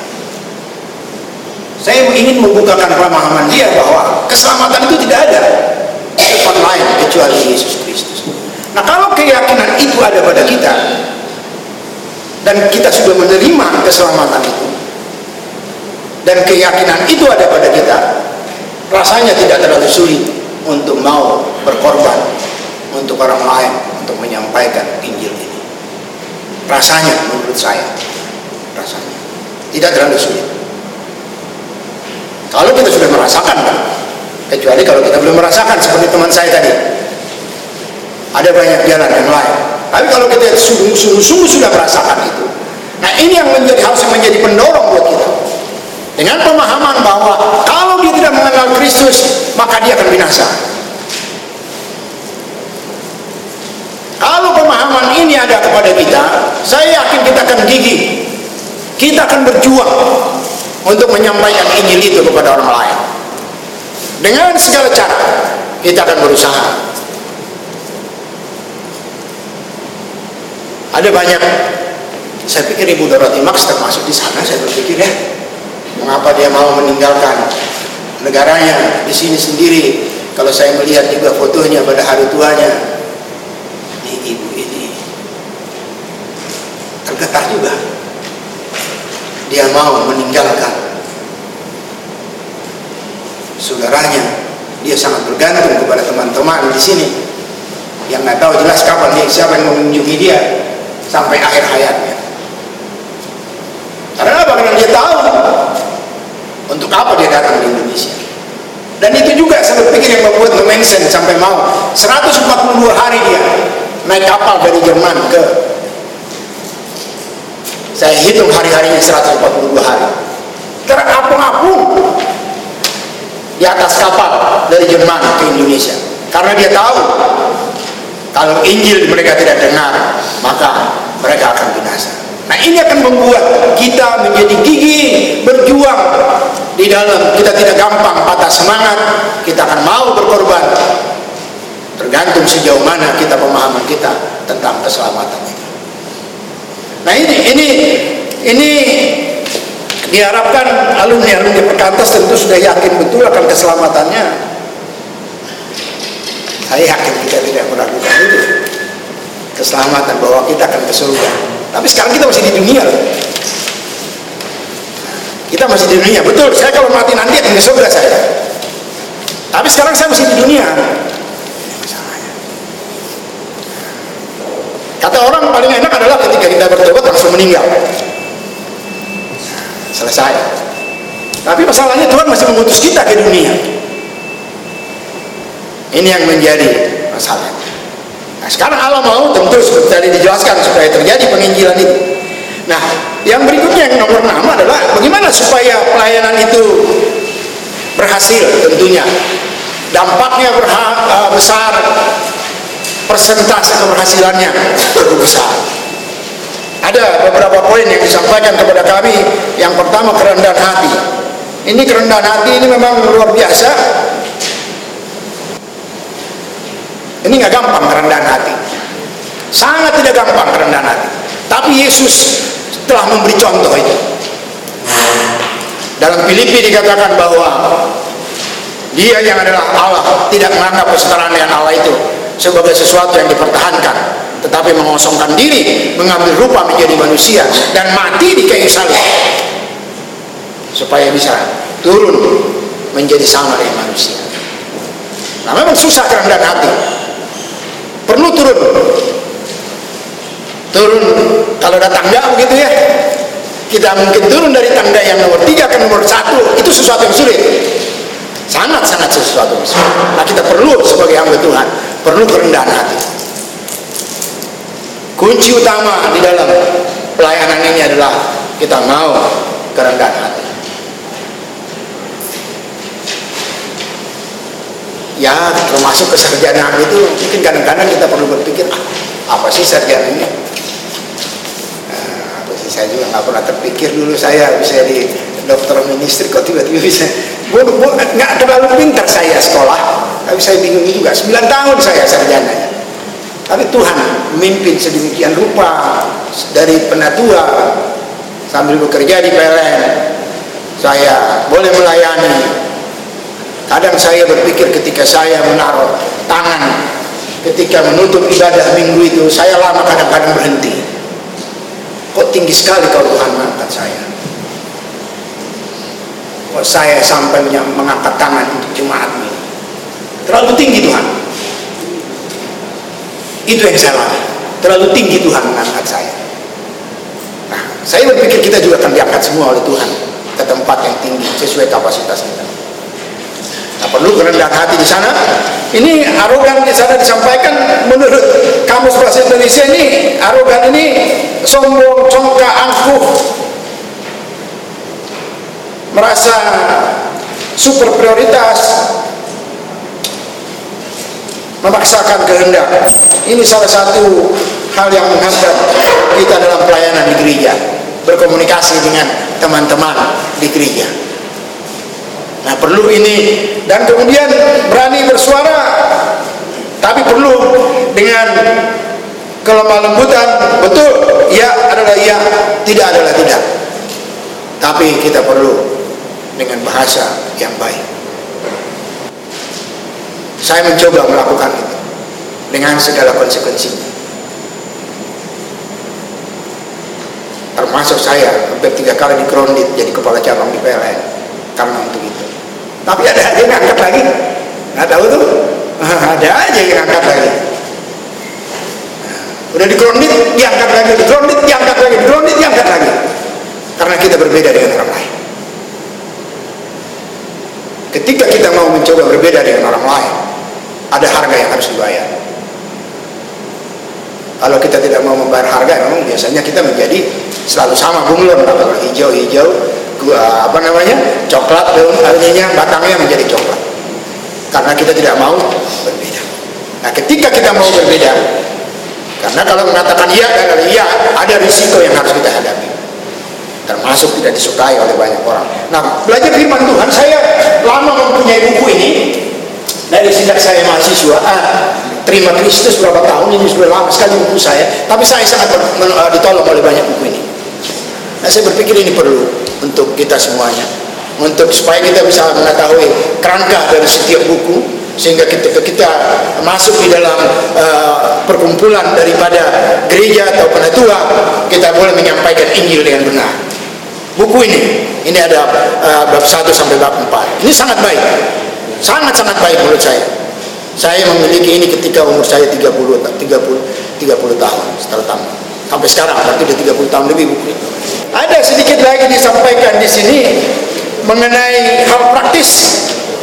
Saya ingin membukakan pemahaman dia bahwa keselamatan itu tidak ada tempat lain kecuali Yesus Kristus. Nah, kalau keyakinan itu ada pada kita dan kita sudah menerima keselamatan itu dan keyakinan itu ada pada kita, rasanya tidak terlalu sulit untuk mau berkorban untuk orang lain untuk menyampaikan Injil ini. Rasanya, menurut saya, rasanya tidak terlalu sulit. Kalau kita sudah merasakan, kan? Kecuali kalau kita belum merasakan, seperti teman saya tadi, ada banyak jalan yang lain. Tapi kalau kita sungguh-sungguh sudah merasakan itu, nah ini yang menjadi harus menjadi pendorong buat kita. Dengan pemahaman bahwa kalau dia tidak mengenal Kristus, maka dia akan binasa. Kalau pemahaman ini ada kepada kita, saya yakin kita akan gigih, kita akan berjuang untuk menyampaikan Injil itu kepada orang lain. Dengan segala cara kita akan berusaha. Ada banyak, saya pikir Ibu Dorothy Max termasuk di sana. Saya berpikir, ya, mengapa dia mau meninggalkan negaranya di sini sendiri? Kalau saya melihat juga fotonya pada hari tuanya, ini ibu ini tergetar juga. Dia mau meninggalkan saudaranya. Dia sangat bergantung kepada teman-teman di sini yang nggak tahu jelas kapan dia, siapa yang mengunjungi dia sampai akhir hayatnya. Karena apa? Karena dia tahu untuk apa dia datang di Indonesia. Dan itu juga saya berpikir yang membuat mention sampai mau seratus empat puluh dua hari dia naik kapal dari Jerman ke, saya hitung hari-harinya seratus empat puluh dua hari, terapung-apung di atas kapal dari Jerman ke Indonesia. Karena dia tahu kalau Injil mereka tidak dengar, maka mereka akan binasa. Nah, ini akan membuat kita menjadi gigih berjuang di dalam. Kita tidak gampang patah semangat, kita akan mau berkorban. Tergantung sejauh mana kita pemahaman kita tentang keselamatan itu. Nah, ini ini ini diharapkan alumni-alumni Perkantas tentu sudah yakin betul akan keselamatannya. Saya yakin kita tidak meragukan itu, keselamatan, bahwa kita akan ke surga. Tapi sekarang kita masih di dunia loh. Kita masih di dunia, betul. Saya kalau mati nanti akan ke surga saya. Tapi sekarang saya masih di dunia. Kata orang paling enak adalah ketika kita bertobat langsung meninggal, selesai. Tapi masalahnya Tuhan masih mengutus kita ke dunia. Ini yang menjadi masalah. Nah, sekarang Allah mau tentu seperti tadi dijelaskan supaya terjadi penginjilan itu. Nah, yang berikutnya yang nomor enam adalah bagaimana supaya pelayanan itu berhasil. Tentunya dampaknya berha- uh, besar, persentase keberhasilannya cukup besar. Ada beberapa poin yang disampaikan kepada kami. Yang pertama, kerendahan hati. Ini kerendahan hati ini memang luar biasa. Ini nggak gampang kerendahan hati, sangat tidak gampang kerendahan hati. Tapi Yesus telah memberi contoh itu. Dalam Filipi dikatakan bahwa Dia yang adalah Allah tidak menganggap kesetaraan dengan Allah itu sebagai sesuatu yang dipertahankan, tetapi mengosongkan diri, mengambil rupa menjadi manusia dan mati di kayu salib supaya bisa turun menjadi sama dengan manusia. Nah, memang susah kerendahan hati. Perlu turun, turun. Kalau ada tangga begitu ya, kita mungkin turun dari tangga yang nomor tiga ke nomor satu, itu sesuatu yang sulit, sangat-sangat sesuatu yang sulit. Nah, kita perlu sebagai hamba Tuhan, perlu kerendahan hati. Kunci utama di dalam pelayanan ini adalah kita mau kerendahan hati. Ya, termasuk kesarjanaan itu mungkin kadang-kadang kita perlu berpikir, ah, apa sih sarjana ini? Nah, apa sih? Saya juga nggak pernah terpikir dulu saya bisa di dokter ministry, kok tiba-tiba bisa. Bodoh, nggak terlalu pintar saya sekolah, tapi saya bingung juga. sembilan tahun saya sarjananya. Tapi Tuhan memimpin sedemikian rupa dari penatua sambil bekerja di P L N. Saya boleh melayani. Kadang saya berpikir ketika saya menaruh tangan, ketika menutup ibadah minggu itu, saya lama kadang-kadang berhenti. Kok tinggi sekali kalau Tuhan mengangkat saya. Kok saya sampai mengangkat tangan untuk jemaat ini. Terlalu tinggi Tuhan. Itu yang saya lakukan. Terlalu tinggi Tuhan mengangkat saya. Nah, saya berpikir kita juga akan diangkat semua oleh Tuhan ke tempat yang tinggi sesuai kapasitas kita. Nah, perlu kerendahan hati di sana. Ini arogan di sana disampaikan menurut Kamus Bahasa Indonesia ini, arogan ini sombong, congkak, angkuh, merasa super prioritas, memaksakan kehendak. Ini salah satu hal yang menghambat kita dalam pelayanan di gereja, berkomunikasi dengan teman-teman di gereja. Nah, perlu ini, dan kemudian berani bersuara, tapi perlu dengan kelemah lembutan. Betul, ya adalah ya, tidak adalah tidak. Tapi kita perlu dengan bahasa yang baik. Saya mencoba melakukan itu dengan segala konsekuensinya. Termasuk saya hampir tiga kali dikerondit jadi kepala cabang di P L N karena untuk itu. Tapi ada aja yang angkat lagi. Nggak tahu tuh, ada aja yang angkat lagi. Udah dikerondit, diangkat lagi, dikerondit, diangkat lagi, dikerondit, diangkat lagi. Karena kita berbeda dengan orang lain. Ketika kita mau mencoba berbeda dengan orang lain, ada harga yang harus dibayar. Kalau kita tidak mau membayar harga, memang biasanya kita menjadi selalu sama bunglon, kalau hijau-hijau, gua apa namanya, coklat, daun artinya batangnya menjadi coklat. Karena kita tidak mau berbeda. Nah, ketika kita mau berbeda, karena kalau mengatakan iya dan iya, ada risiko yang harus kita hadapi, termasuk tidak disukai oleh banyak orang. Nah, belajar firman Tuhan, saya lama mempunyai buku ini dari sejak saya mahasiswa. Ah, terima Kristus berapa tahun ini, sudah lama sekali buku saya, tapi saya sangat ditolong oleh banyak buku ini. Nah, saya berpikir ini perlu untuk kita semuanya, untuk supaya kita bisa mengetahui kerangka dari setiap buku, sehingga kita kita masuk di dalam uh, perkumpulan daripada gereja atau penatua, kita boleh menyampaikan Injil dengan benar. Buku ini, ini ada uh, bab satu sampai bab empat. Ini sangat baik, sangat-sangat baik menurut saya. Saya memiliki ini ketika umur saya tiga puluh tahun setelah tamat. Sampai sekarang berarti sudah tiga puluh tahun lebih buku itu. Ada sedikit lagi disampaikan di sini mengenai hal praktis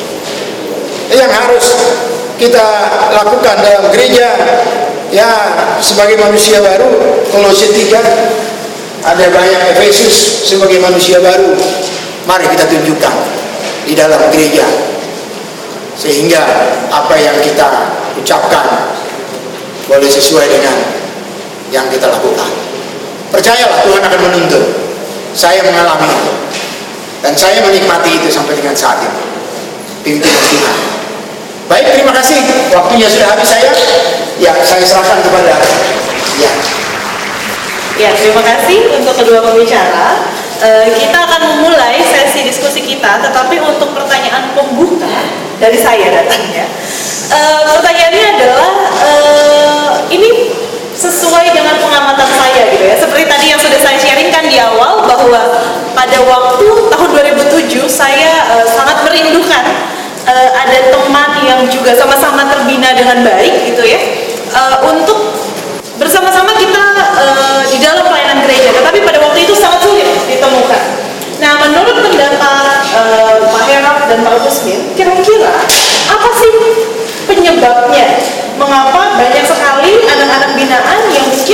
yang harus kita lakukan dalam gereja ya sebagai manusia baru. Kolose tiga, ada banyak Efesus sebagai manusia baru. Mari kita tunjukkan di dalam gereja, sehingga apa yang kita ucapkan boleh sesuai dengan yang kita lakukan. Percayalah, Tuhan akan menuntut. Saya mengalami itu, dan saya menikmati itu sampai dengan saat ini. Pimpinan Tuhan. Baik, terima kasih. Waktunya sudah habis saya. Ya, saya serahkan kepada ya. Ya, terima kasih untuk kedua pembicara. E, kita akan memulai sesi diskusi kita, tetapi untuk pertanyaan pembuka dari saya datangnya. E, pertanyaannya adalah e, ini sesuai dengan pengamatan saya gitu ya. Seperti tadi yang sudah saya sharingkan di awal, bahwa pada waktu tahun dua ribu tujuh saya e, sangat merindukan e, ada teman yang juga sama-sama terbina dengan baik gitu ya, e, untuk bersama-sama kita e, di dalam pelayanan gereja. Tetapi pada waktu itu sangat sulit ditemukan. Nah, menurut pendapat e, Pak Herat dan Pak Gusmin, kira-kira apa sih penyebabnya? Mengapa banyak sekali anak-anak binaan yang mungkin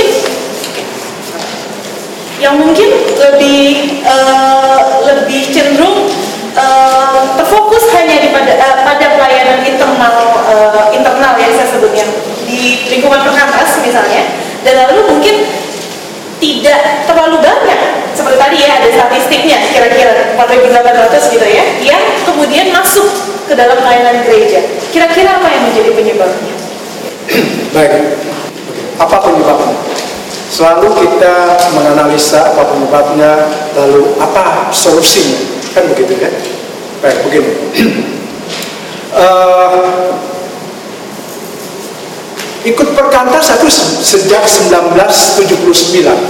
yang mungkin lebih uh, lebih cenderung uh, terfokus hanya di pada uh, pada pelayanan internal uh, internal yang saya sebutnya di lingkungan perkantas misalnya, dan lalu mungkin tidak terlalu banyak tadi ya ada statistiknya kira-kira empat ribu delapan ratus gitu ya, yang kemudian masuk ke dalam pelayanan gereja. Kira-kira apa yang menjadi penyebabnya? Baik, apa penyebabnya? Selalu kita menganalisa apa penyebabnya, lalu apa solusinya, kan begitu ya? Baik, begini. uh, ikut perkantas aku sejak seribu sembilan ratus tujuh puluh sembilan,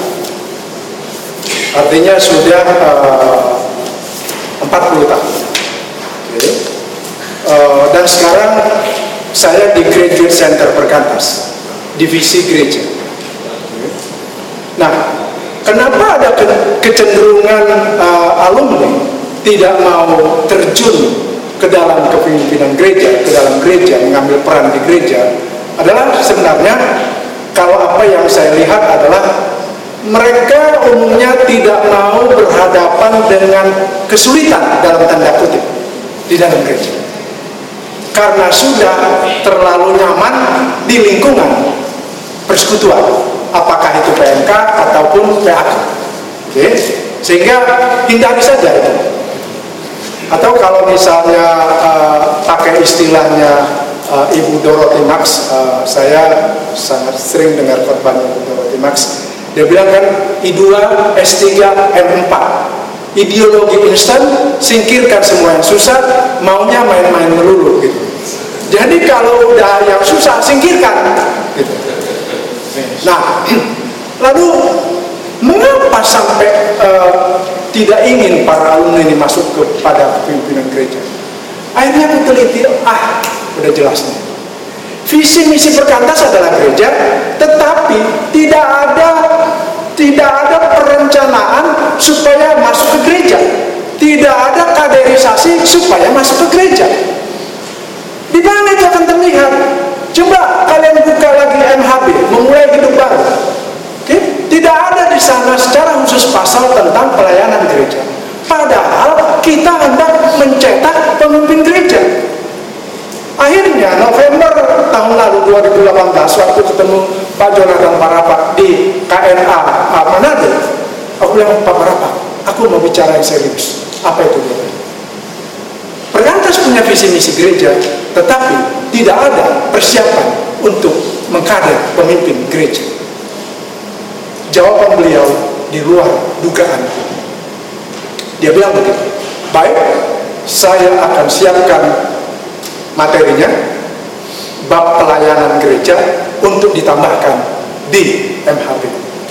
artinya sudah uh, empat puluh tahun. Okay. Uh, dan sekarang saya di Graduate Center Perkantas, divisi gereja. Okay. Nah, kenapa ada ke- kecenderungan uh, alumni tidak mau terjun ke dalam kepemimpinan gereja, ke dalam gereja, mengambil peran di gereja? Adalah sebenarnya kalau apa yang saya lihat adalah mereka umumnya tidak mau berhadapan dengan kesulitan dalam tanda kutip di dalam gereja, karena sudah terlalu nyaman di lingkungan persekutuan, apakah itu P M K ataupun P A K. Oke, sehingga hindari saja itu. Atau kalau misalnya uh, pakai istilahnya Uh, Ibu Dorothy Max, uh, saya sangat sering dengar khotbah Ibu Dorothy Max. Dia bilang kan I dua, S tiga, M empat, ideologi instan, singkirkan semua yang susah, maunya main-main melulu gitu. Jadi kalau udah yang susah, singkirkan gitu. Nah, lalu mengapa sampai uh, tidak ingin para alumni ini masuk kepada pimpinan gereja? Akhirnya aku teliti, ah udah jelas nih. Visi misi Perkantas adalah gereja, tetapi tidak ada tidak ada perencanaan supaya masuk ke gereja. Tidak ada kaderisasi supaya masuk ke gereja. Di mana itu akan terlihat? Coba kalian buka lagi M H B, memulai hidup baru. Oke? Tidak ada di sana secara khusus pasal tentang pelayanan gereja. Padahal kita hendak mencetak pemimpin gereja. Akhirnya November tahun lalu dua ribu delapan belas waktu ketemu Pak Jonathan Parapak di K N A Manado, aku bilang, Pak Parapak, aku mau bicara yang serius. Apa itu dia? Perkantas punya visi misi gereja, tetapi tidak ada persiapan untuk mengkader pemimpin gereja. Jawaban beliau di luar dugaan. Dia bilang begitu, baik, saya akan siapkan materinya, bab pelayanan gereja untuk ditambahkan di M H B.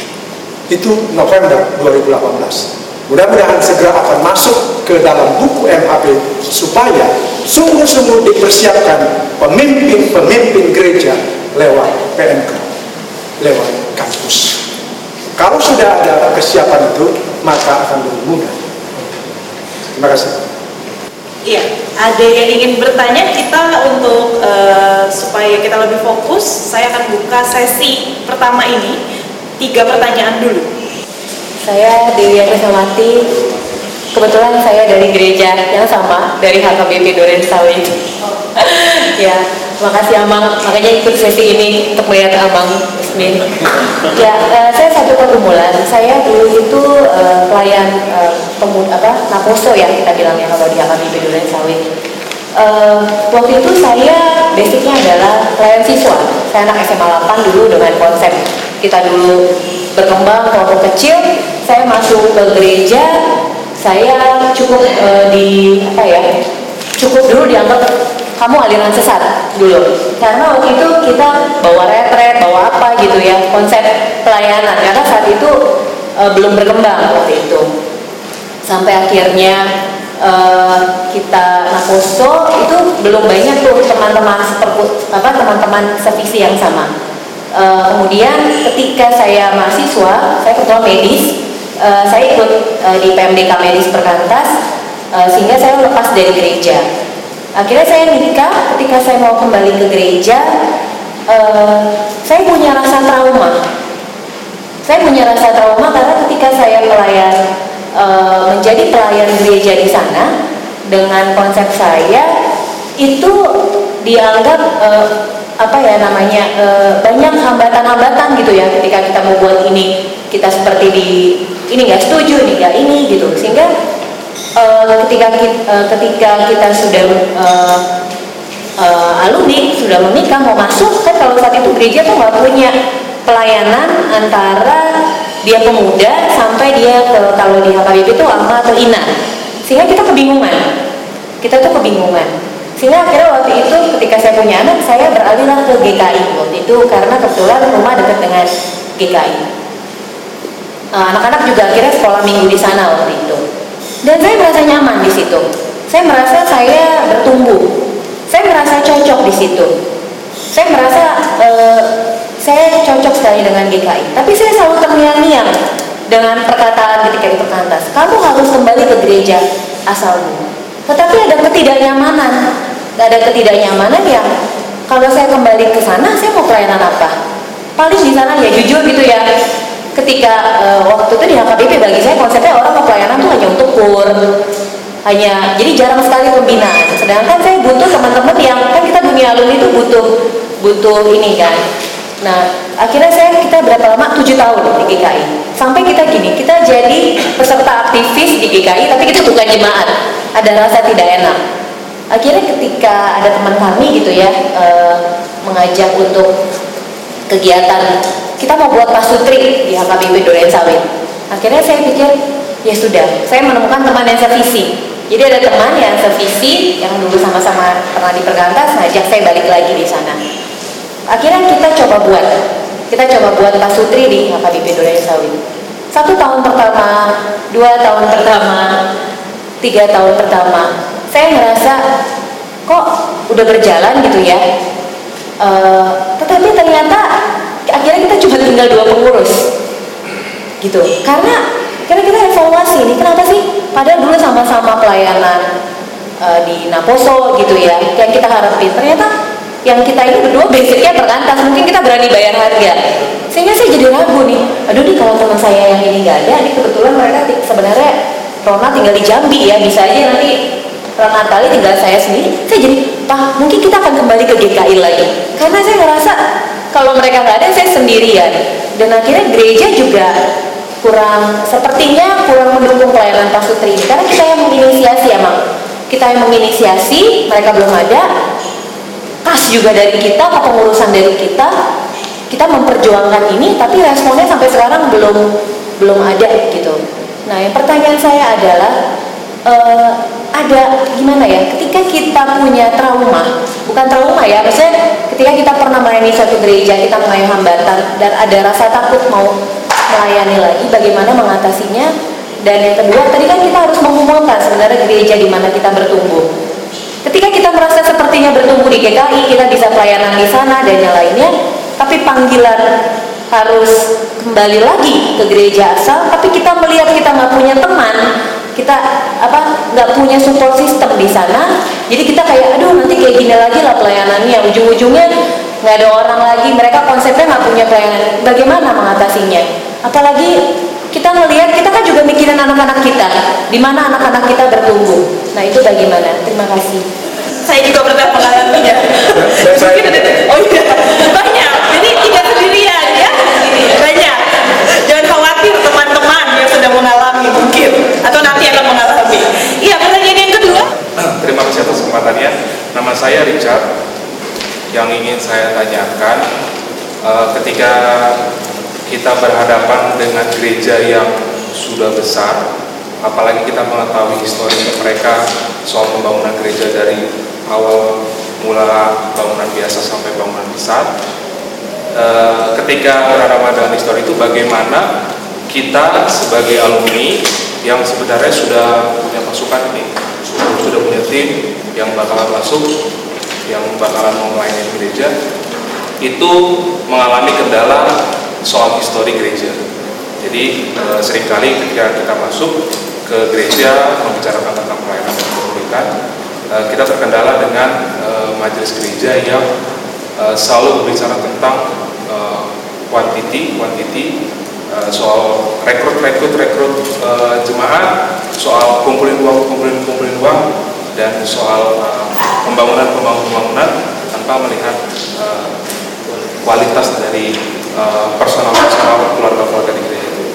Itu November dua ribu delapan belas. Mudah-mudahan segera akan masuk ke dalam buku M H B supaya sungguh-sungguh dipersiapkan pemimpin-pemimpin gereja lewat P M K, lewat kampus. Kalau sudah ada kesiapan itu, maka akan lebih mudah. Terima kasih. Iya, ada yang ingin bertanya kita untuk uh, supaya kita lebih fokus, saya akan buka sesi pertama ini, tiga pertanyaan dulu. Saya Dewi Krisnawati, kebetulan saya dari gereja yang sama, dari H K B P Duren Sawit. Ya, makasih Amang, makanya ikut sesi ini untuk melihat Amang Usmin. Ya, uh, saya satu pergumulan. Saya dulu itu uh, pelayan uh, pemuda apa Naposo ya kita bilangnya kalau di H K B P Duren Sawit. Uh, waktu itu saya basicnya adalah pelayan siswa. Saya anak S M A delapan dulu dengan konsep kita dulu berkembang kelompok kecil. Saya masuk ke gereja, saya cukup uh, di apa ya? Cukup dulu dianggap kamu aliran sesat dulu, karena waktu itu kita bawa retret, bawa apa gitu ya, konsep pelayanan, karena saat itu e, belum berkembang waktu itu. Sampai akhirnya e, kita Naposo itu belum banyak tuh teman-teman apa teman-teman sevisi yang sama. E, kemudian ketika saya mahasiswa, saya ketua medis, e, saya ikut e, di P M D K Medis Perkantas, e, sehingga saya lepas dari gereja. Akhirnya saya nikah, ketika saya mau kembali ke gereja, uh, saya punya rasa trauma. Saya punya rasa trauma karena ketika saya pelayan, uh, menjadi pelayan gereja di sana, dengan konsep saya, itu dianggap, uh, apa ya namanya, uh, banyak hambatan-hambatan gitu ya, ketika kita mau buat ini kita seperti di ini nggak setuju, nih nggak ini gitu, sehingga uh, ketika kita, uh, ketika kita sudah uh, uh, alumni sudah menikah mau masuk kan, kalau saat itu gereja tuh nggak punya pelayanan antara dia pemuda sampai dia ke, kalau di H K B P itu alma atau ina, sehingga kita kebingungan, kita tuh kebingungan. Sehingga akhirnya waktu itu ketika saya punya anak, saya beralihlah ke G K I waktu itu karena kebetulan rumah dekat dengan G K I. Anak-anak juga akhirnya sekolah minggu di sana waktu itu. Dan saya merasa nyaman di situ. Saya merasa saya bertumbuh. Saya merasa cocok di situ. Saya merasa uh, saya cocok sekali dengan G K I. Tapi saya selalu terngiang-ngiang dengan perkataan ketika di perkantas, kamu harus kembali ke gereja asalmu. Tetapi ada ketidaknyamanan, ada ketidaknyamanan yang kalau saya kembali ke sana, saya mau pelayanan apa? Paling di sana ya jujur gitu ya. Ketika uh, waktu itu di H K B P bagi saya konsepnya orang mau pelayanan tuh hanya untuk kur, hanya jadi jarang sekali pembinaan. Sedangkan saya butuh teman-teman yang kan kita dunia alumni itu butuh butuh ini kan. Nah akhirnya saya kita berapa lama? tujuh tahun di G K I. Sampai kita gini, kita jadi peserta aktivis di G K I, tapi kita bukan jemaat. Ada rasa tidak enak. Akhirnya ketika ada teman kami gitu ya e, mengajak untuk kegiatan, kita mau buat pasutri di H K B P Duren Sawit. Akhirnya saya pikir ya sudah, saya menemukan teman yang sevisi. Jadi ada teman yang sevisi yang dulu sama-sama pernah di Perkantas, ngajak saya balik lagi di sana. Akhirnya kita coba buat, kita coba buat pasutri di H K B P Duren Sawit. Satu tahun pertama, dua tahun pertama, tiga tahun pertama, saya ngerasa kok udah berjalan gitu ya. Uh, tetapi ternyata akhirnya kita cuma tinggal dua pengurus, gitu. Karena karena kita evaluasi nih, kenapa sih? Padahal dulu sama-sama pelayanan uh, di Naposo gitu ya, yang kita harapin. Ternyata yang kita ini berdua basicnya perkantas, mungkin kita berani bayar harga. Sehingga saya jadi ragu nih, aduh nih kalau teman saya yang ini nggak ada, nih kebetulan mereka sebenarnya Rona tinggal di Jambi ya, bisa aja nanti Rona kali tinggal saya sendiri. Saya jadi, Pak, mungkin kita akan kembali ke G K I lagi. Karena saya ngerasa kalau mereka nggak ada, saya sendirian. Dan akhirnya gereja juga kurang, sepertinya kurang mendukung pelayanan pasutri ini. Karena kita yang menginisiasi emang, kita yang menginisiasi, mereka belum ada. Kas juga dari kita, kepengurusan dari kita, kita memperjuangkan ini, tapi responnya sampai sekarang belum belum ada gitu. Nah, yang pertanyaan saya adalah uh, ada gimana ya? Ketika kita punya trauma, bukan trauma ya, maksudnya ketika kita pernah melayani suatu gereja, kita melayani hambatan dan ada rasa takut mau melayani lagi, bagaimana mengatasinya? Dan yang kedua, tadi kan kita harus mengumumkan sebenarnya gereja di mana kita bertumbuh. Ketika kita merasa sepertinya bertumbuh di G K I, kita bisa pelayanan di sana dan yang lainnya, tapi panggilan harus kembali lagi ke gereja asal, tapi kita melihat kita nggak punya teman, kita apa nggak punya support system di sana, jadi kita kayak aduh nanti kayak gini lagi lah pelayanannya, ujung-ujungnya nggak ada orang lagi, mereka konsepnya nggak punya pelayanan, bagaimana mengatasinya? Apalagi kita melihat, kita kan juga mikirin anak-anak kita, di mana anak-anak kita bertumbuh. Nah itu bagaimana? Terima kasih. Saya juga pernah mengalaminya. Oh iya, banyak. Jadi tidak sendirian ya, banyak. Jangan khawatir teman-teman yang sedang mengalami mungkin, atau nanti akan mengalami. Iya, pertanyaan yang kedua. Terima kasih atas kesempatannya. Nama saya Richard. Yang ingin saya tanyakan, uh, ketika kita berhadapan dengan gereja yang sudah besar, apalagi kita mengetahui histori mereka soal pembangunan gereja dari awal mula bangunan biasa sampai bangunan besar. E, ketika berhadapan dengan histori itu, bagaimana kita sebagai alumni yang sebenarnya sudah punya pasukan ini, sudah, sudah punya tim yang bakalan masuk, yang bakalan mau melayani gereja, itu mengalami kendala soal histori gereja. Jadi e, seringkali ketika kita masuk ke gereja membicarakan tentang pelayanan dan kepemilikan, e, kita terkendala dengan e, majelis gereja yang e, selalu berbicara tentang e, quantity, quantity e, soal rekrut, rekrut, rekrut e, jemaat, soal kumpulin uang, kumpulin, kumpulin uang, dan soal e, pembangunan, pembangunan, pembangunan tanpa melihat e, kualitas dari personal-personal keluarga-keluarga di gereja itu.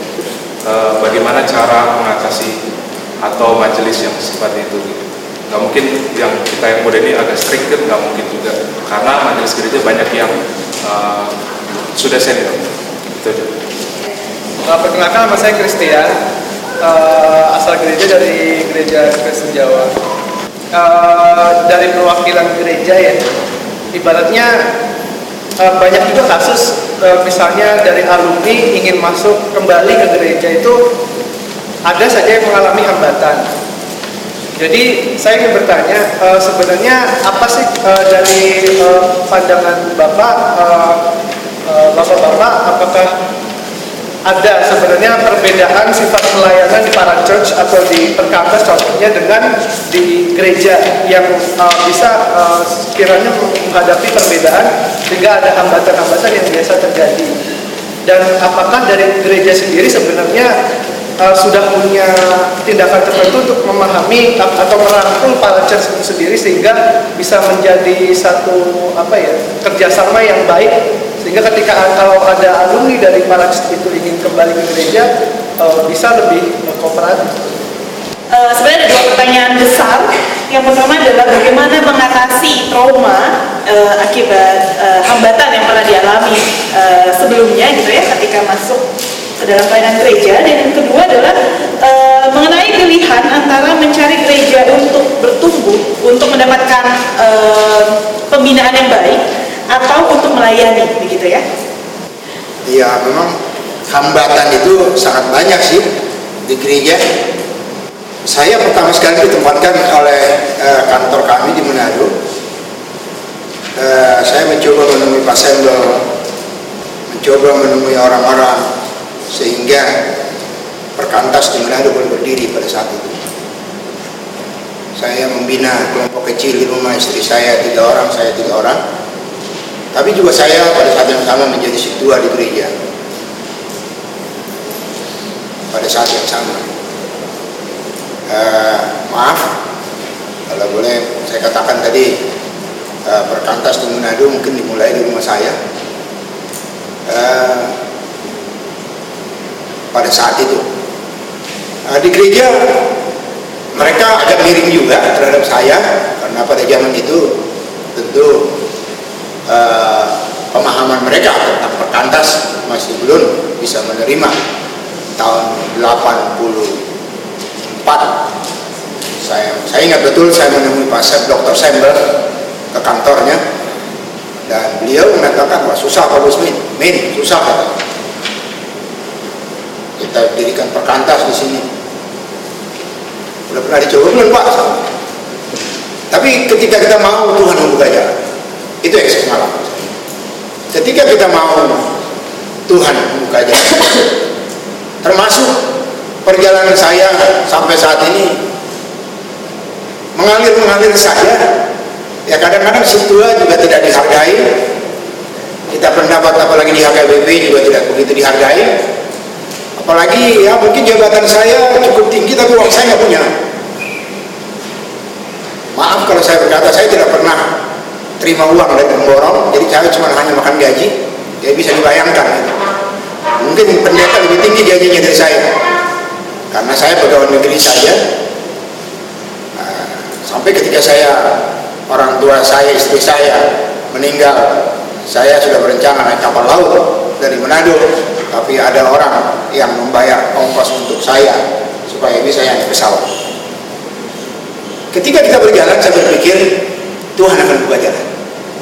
atau majelis yang seperti itu gitu. Nggak mungkin yang kita yang muda ini agak strict kan, nggak mungkin juga, karena majelis gereja banyak yang uh, sudah senior. Itu aja. Uh, perkenalkan, nama saya Christian, uh, asal gereja dari Gereja Kristen Jawa. Uh, dari perwakilan gereja ya, ibaratnya uh, banyak juga kasus uh, misalnya dari alumni ingin masuk kembali ke gereja itu ada saja yang mengalami hambatan. Jadi saya ingin bertanya, uh, sebenarnya apa sih uh, dari uh, pandangan Bapak, uh, uh, Bapak-Bapak, apakah ada sebenarnya perbedaan sifat pelayanan di para church atau di perkantas contohnya dengan di gereja yang uh, bisa uh, sekiranya menghadapi perbedaan sehingga ada hambatan-hambatan yang biasa terjadi, dan apakah dari gereja sendiri sebenarnya uh, sudah punya tindakan tertentu untuk memahami atau merangkul para church itu sendiri sehingga bisa menjadi satu apa ya kerjasama yang baik, sehingga ketika kalau ada alumni dari para itu ingin kembali ke gereja uh, bisa lebih kooperatif. Uh, sebenarnya ada dua pertanyaan besar. Yang pertama adalah bagaimana mengatasi trauma uh, akibat uh, hambatan yang pernah dialami uh, sebelumnya gitu ya ketika masuk ke dalam pelayanan gereja, dan yang kedua adalah uh, mengenai pilihan antara mencari gereja untuk bertumbuh, untuk mendapatkan uh, pembinaan yang baik, atau untuk melayani, begitu ya? Iya, memang hambatan itu sangat banyak sih di gereja. Saya pertama sekali ditempatkan oleh uh, kantor kami di Manado. Uh, saya mencoba menemui pasembel, mencoba menemui orang-orang sehingga perkantas di Manado boleh berdiri pada saat itu. Saya membina kelompok kecil di rumah istri saya tiga orang, saya tiga orang. Tapi juga saya pada saat yang sama menjadi ketua di gereja. Pada saat yang sama. Uh, maaf, kalau boleh saya katakan tadi, uh, perkantas di Manado mungkin dimulai di rumah saya. Uh, pada saat itu. Uh, di gereja, mereka agak miring juga terhadap saya, karena pada zaman itu tentu Uh, pemahaman mereka tentang perkantas masih belum bisa menerima. Tahun delapan puluh empat saya saya ingat betul saya menemui Pak Doktor Sembel ke kantornya, dan beliau mengatakan, wah susah Pak Gusmin, min susah kata. Kita dirikan perkantas di sini. Udah pernah dicoba belum Pak? Tapi ketika kita mau, Tuhan membuka jalan. Itu yang saya malam. Ketika kita mau, Tuhan membuka jalan. Termasuk perjalanan saya sampai saat ini mengalir-mengalir saja. Ya kadang-kadang situa juga tidak dihargai. Kita pendapat apalagi di H K B P juga tidak begitu dihargai. Apalagi ya mungkin jabatan saya cukup tinggi tapi uang saya nggak punya. Maaf kalau saya berkata, saya tidak pernah terima uang dari pemborong, jadi saya cuma hanya makan gaji. Ya bisa dibayangkan gitu. Mungkin pendeta lebih tinggi gajinya dari saya, karena saya pegawai negeri saja. Nah, sampai ketika saya, orang tua saya, istri saya meninggal, saya sudah berencana naik kapal laut dari Manado, tapi ada orang yang membayar ongkos untuk saya supaya bisa naik pesawat. Ketika kita berjalan, saya berpikir Tuhan akan buka jalan.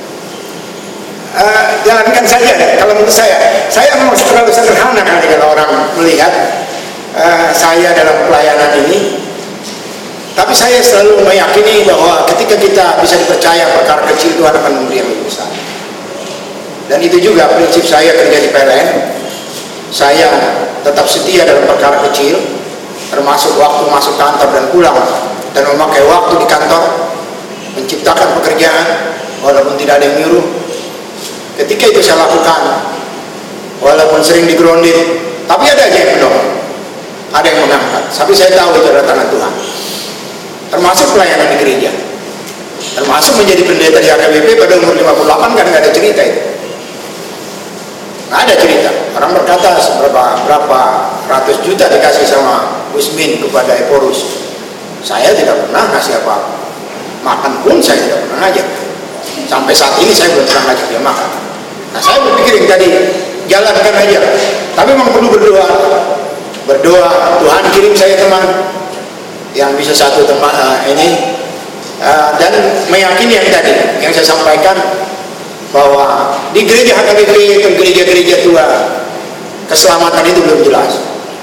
Uh, jalankan saja deh. Kalau menurut saya, saya memang terlalu sederhana kali kalau orang melihat uh, saya dalam pelayanan ini. Tapi saya selalu meyakini bahwa ketika kita bisa dipercaya perkara kecil, Tuhan akan memberi yang lebih besar. Dan itu juga prinsip saya kerja di P L N. Saya tetap setia dalam perkara kecil, termasuk waktu masuk kantor dan pulang, dan memakai waktu di kantor, menciptakan pekerjaan walaupun tidak ada yang nyuruh. Ketika itu saya lakukan, walaupun sering digerondit, tapi ada aja yang menolong, ada yang mengangkat. Tapi saya tahu itu adalah tangan Tuhan. Termasuk pelayanan di gereja, termasuk menjadi pendeta di H K B P pada umur lima puluh delapan, kan nggak ada cerita itu. Nggak ada cerita. Orang berkata seberapa berapa ratus juta dikasih sama Gusmin kepada Eporus. Saya tidak pernah ngasih apa-apa. Makan pun saya tidak pernah ngajak. Sampai saat ini saya belum pernah ngajak dia makan. Nah saya berpikir tadi, jalankan aja. Tapi memang perlu berdoa. Berdoa, Tuhan kirim saya teman yang bisa satu teman uh, ini uh, dan meyakini yang tadi yang saya sampaikan, bahwa di gereja H K B P itu gereja-gereja tua, keselamatan itu belum jelas.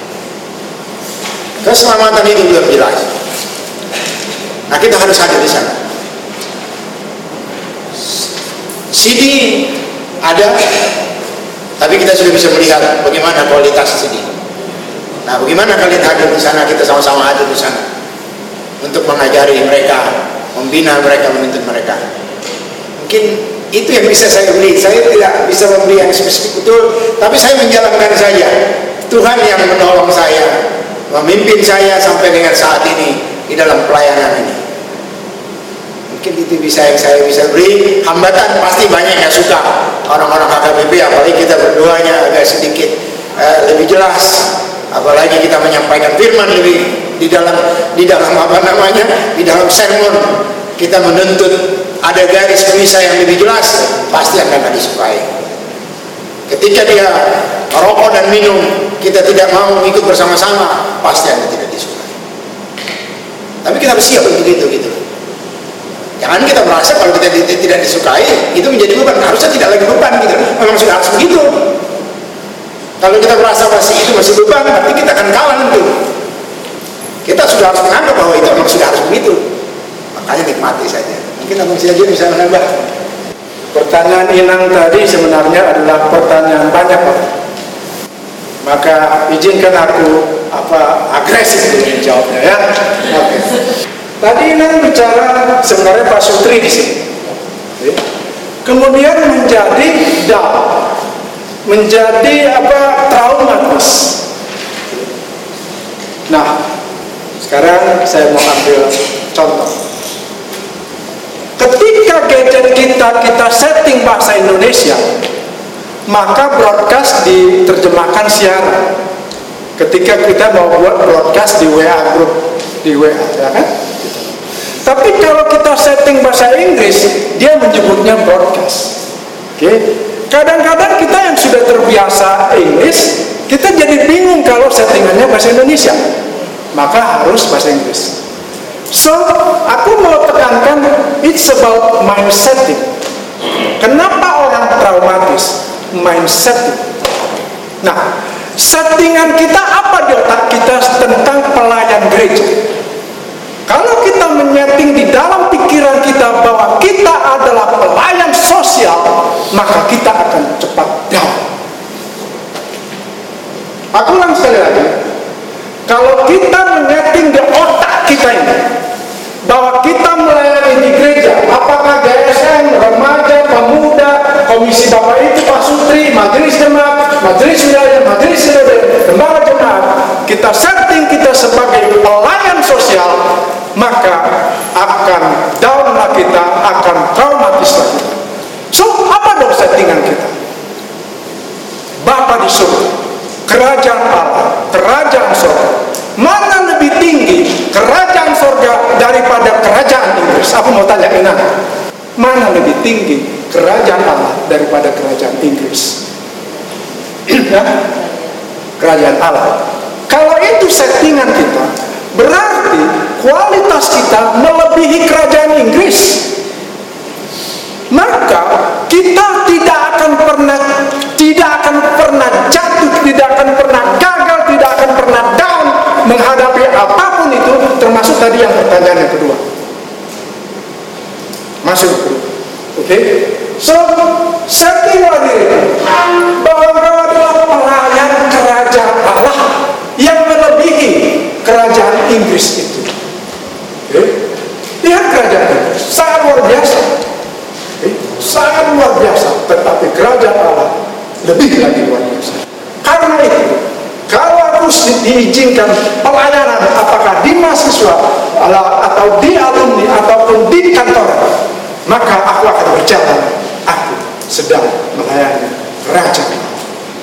Keselamatan itu belum jelas. Nah kita harus hadir di sana. C D ada, tapi kita sudah bisa melihat bagaimana kualitas C D. Nah bagaimana kalian hadir di sana, kita sama-sama hadir di sana untuk mengajari mereka, membina mereka, menuntun mereka. Mungkin itu yang bisa saya beli. Saya tidak bisa membeli yang spesifik betul, tapi saya menjalankan saja. Tuhan yang menolong saya, memimpin saya sampai dengan saat ini di dalam pelayanan ini. Mungkin itu bisa yang saya bisa beri. Hambatan pasti banyak yang suka, orang-orang H K B P, apalagi kita berdoanya agak sedikit eh, lebih jelas, apalagi kita menyampaikan firman lebih di dalam di dalam apa namanya di dalam sermon kita menuntut ada garis pemisah yang lebih jelas, pasti akan disukai. Ketika dia merokok dan minum, kita tidak mau ikut bersama-sama, pasti akan tidak disukai. Tapi kita harus siap untuk itu gitu. Jangan kita merasa kalau kita tidak disukai itu menjadi beban. Harusnya tidak lagi beban gitu. Memang sudah harus begitu. Kalau kita merasa masih itu masih beban, berarti kita akan kalah nanti. Kita sudah harus menganggap bahwa itu memang sudah harus begitu. Makanya nikmati saja. Mungkin Abang Siaji bisa menambah. Pertanyaan Inang tadi sebenarnya adalah pertanyaan banyak, Pak. Maka izinkan aku apa agresif dengan jawabnya ya. Oke. Tadi Inang bicara sebenarnya Pak Sutri di sini. Kemudian menjadi down, menjadi apa traumatis. Nah, sekarang saya mau ambil contoh. Ketika gadget kita kita setting bahasa Indonesia, maka broadcast diterjemahkan siaran. Ketika kita mau buat broadcast di W A grup, di W A, ya kan? Tapi kalau kita setting bahasa Inggris, dia menyebutnya broadcast. Oke? Okay? Kadang-kadang kita yang sudah terbiasa Inggris, kita jadi bingung kalau settingannya bahasa Indonesia. Maka harus bahasa Inggris. So, aku mau tekankan, it's about mind setting. Kenapa orang traumatis? Mind setting. Nah, settingan kita apa di otak kita tentang pelayan gereja? Kalau kita menyeting di dalam pikiran kita bahwa kita adalah pelayan sosial, maka kita akan cepat down. Aku ulang sekali lagi. Kalau kita menyeting di otak kita ini bahwa kita melayani di gereja, apakah G S M, remaja, pemuda, komisi bapak itu, Pak Sutri, majelis jemaat, majelis wilayah, majelis wilayah, lembaga jemaat, kita setting kita sebagai pelayan sosial, maka akan down-lah kita, akan traumatis-lah kita. So, apa dong settingan kita? Bapa di surga, kerajaan Allah, kerajaan surga. Mana lebih tinggi kerajaan surga daripada kerajaan Inggris? Aku mau tanya Inang, mana lebih tinggi kerajaan Allah daripada kerajaan Inggris? Ya? Kerajaan Allah. Kalau itu settingan kita, berarti kualitas kita melebihi kerajaan Inggris. Maka kita tidak akan pernah tidak akan pernah jatuh, tidak akan pernah gagal, tidak akan pernah down menghadapi apapun itu, termasuk tadi yang pertanyaan yang kedua. Masuk ke kedua. Oke? Okay? So, settinglah diri bahwa engkau adalah pelayan kerajaan Allah yang melebihi kerajaan Inggris itu. Oke? Okay? Lihat kerajaan Inggris, sangat luar biasa. Okay? Sangat luar biasa, tetapi kerajaan Allah lebih lagi luar biasa. Karena itu, kalau aku diizinkan pelayanan, apakah di mahasiswa atau di alumni ataupun di kantor, maka aku akan berjalan. Aku sedang melayani kerajaan.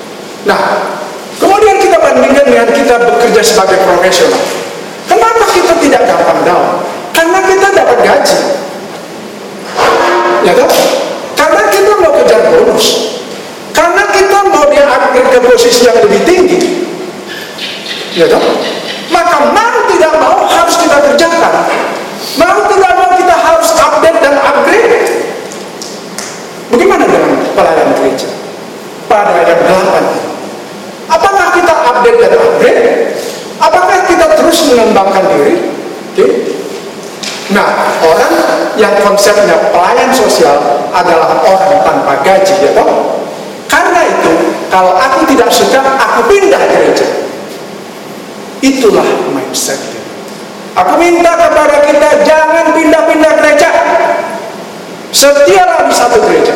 Nah, kemudian kita bandingkan dengan kita bekerja sebagai profesional. Kenapa kita tidak gampang down? Karena kita dapat gaji, ya kan? Karena kita mau kejar bonus, karena kita mau dia upgrade ke posisi yang lebih tinggi, ya kan? Maka mau tidak mau harus kita kerjakan, mau tidak mau kita harus update dan upgrade. Bagaimana dengan pelayanan gereja pada ayat delapan? Apakah kita update dan upgrade? Apakah kita terus mengembangkan diri? Oke. Okay. Nah, orang yang konsepnya pelayan sosial adalah orang tanpa gaji, ya toh? Karena itu, kalau aku tidak suka, aku pindah gereja. Itulah mindset. Aku minta kepada kita jangan pindah-pindah gereja. Setialah di satu gereja.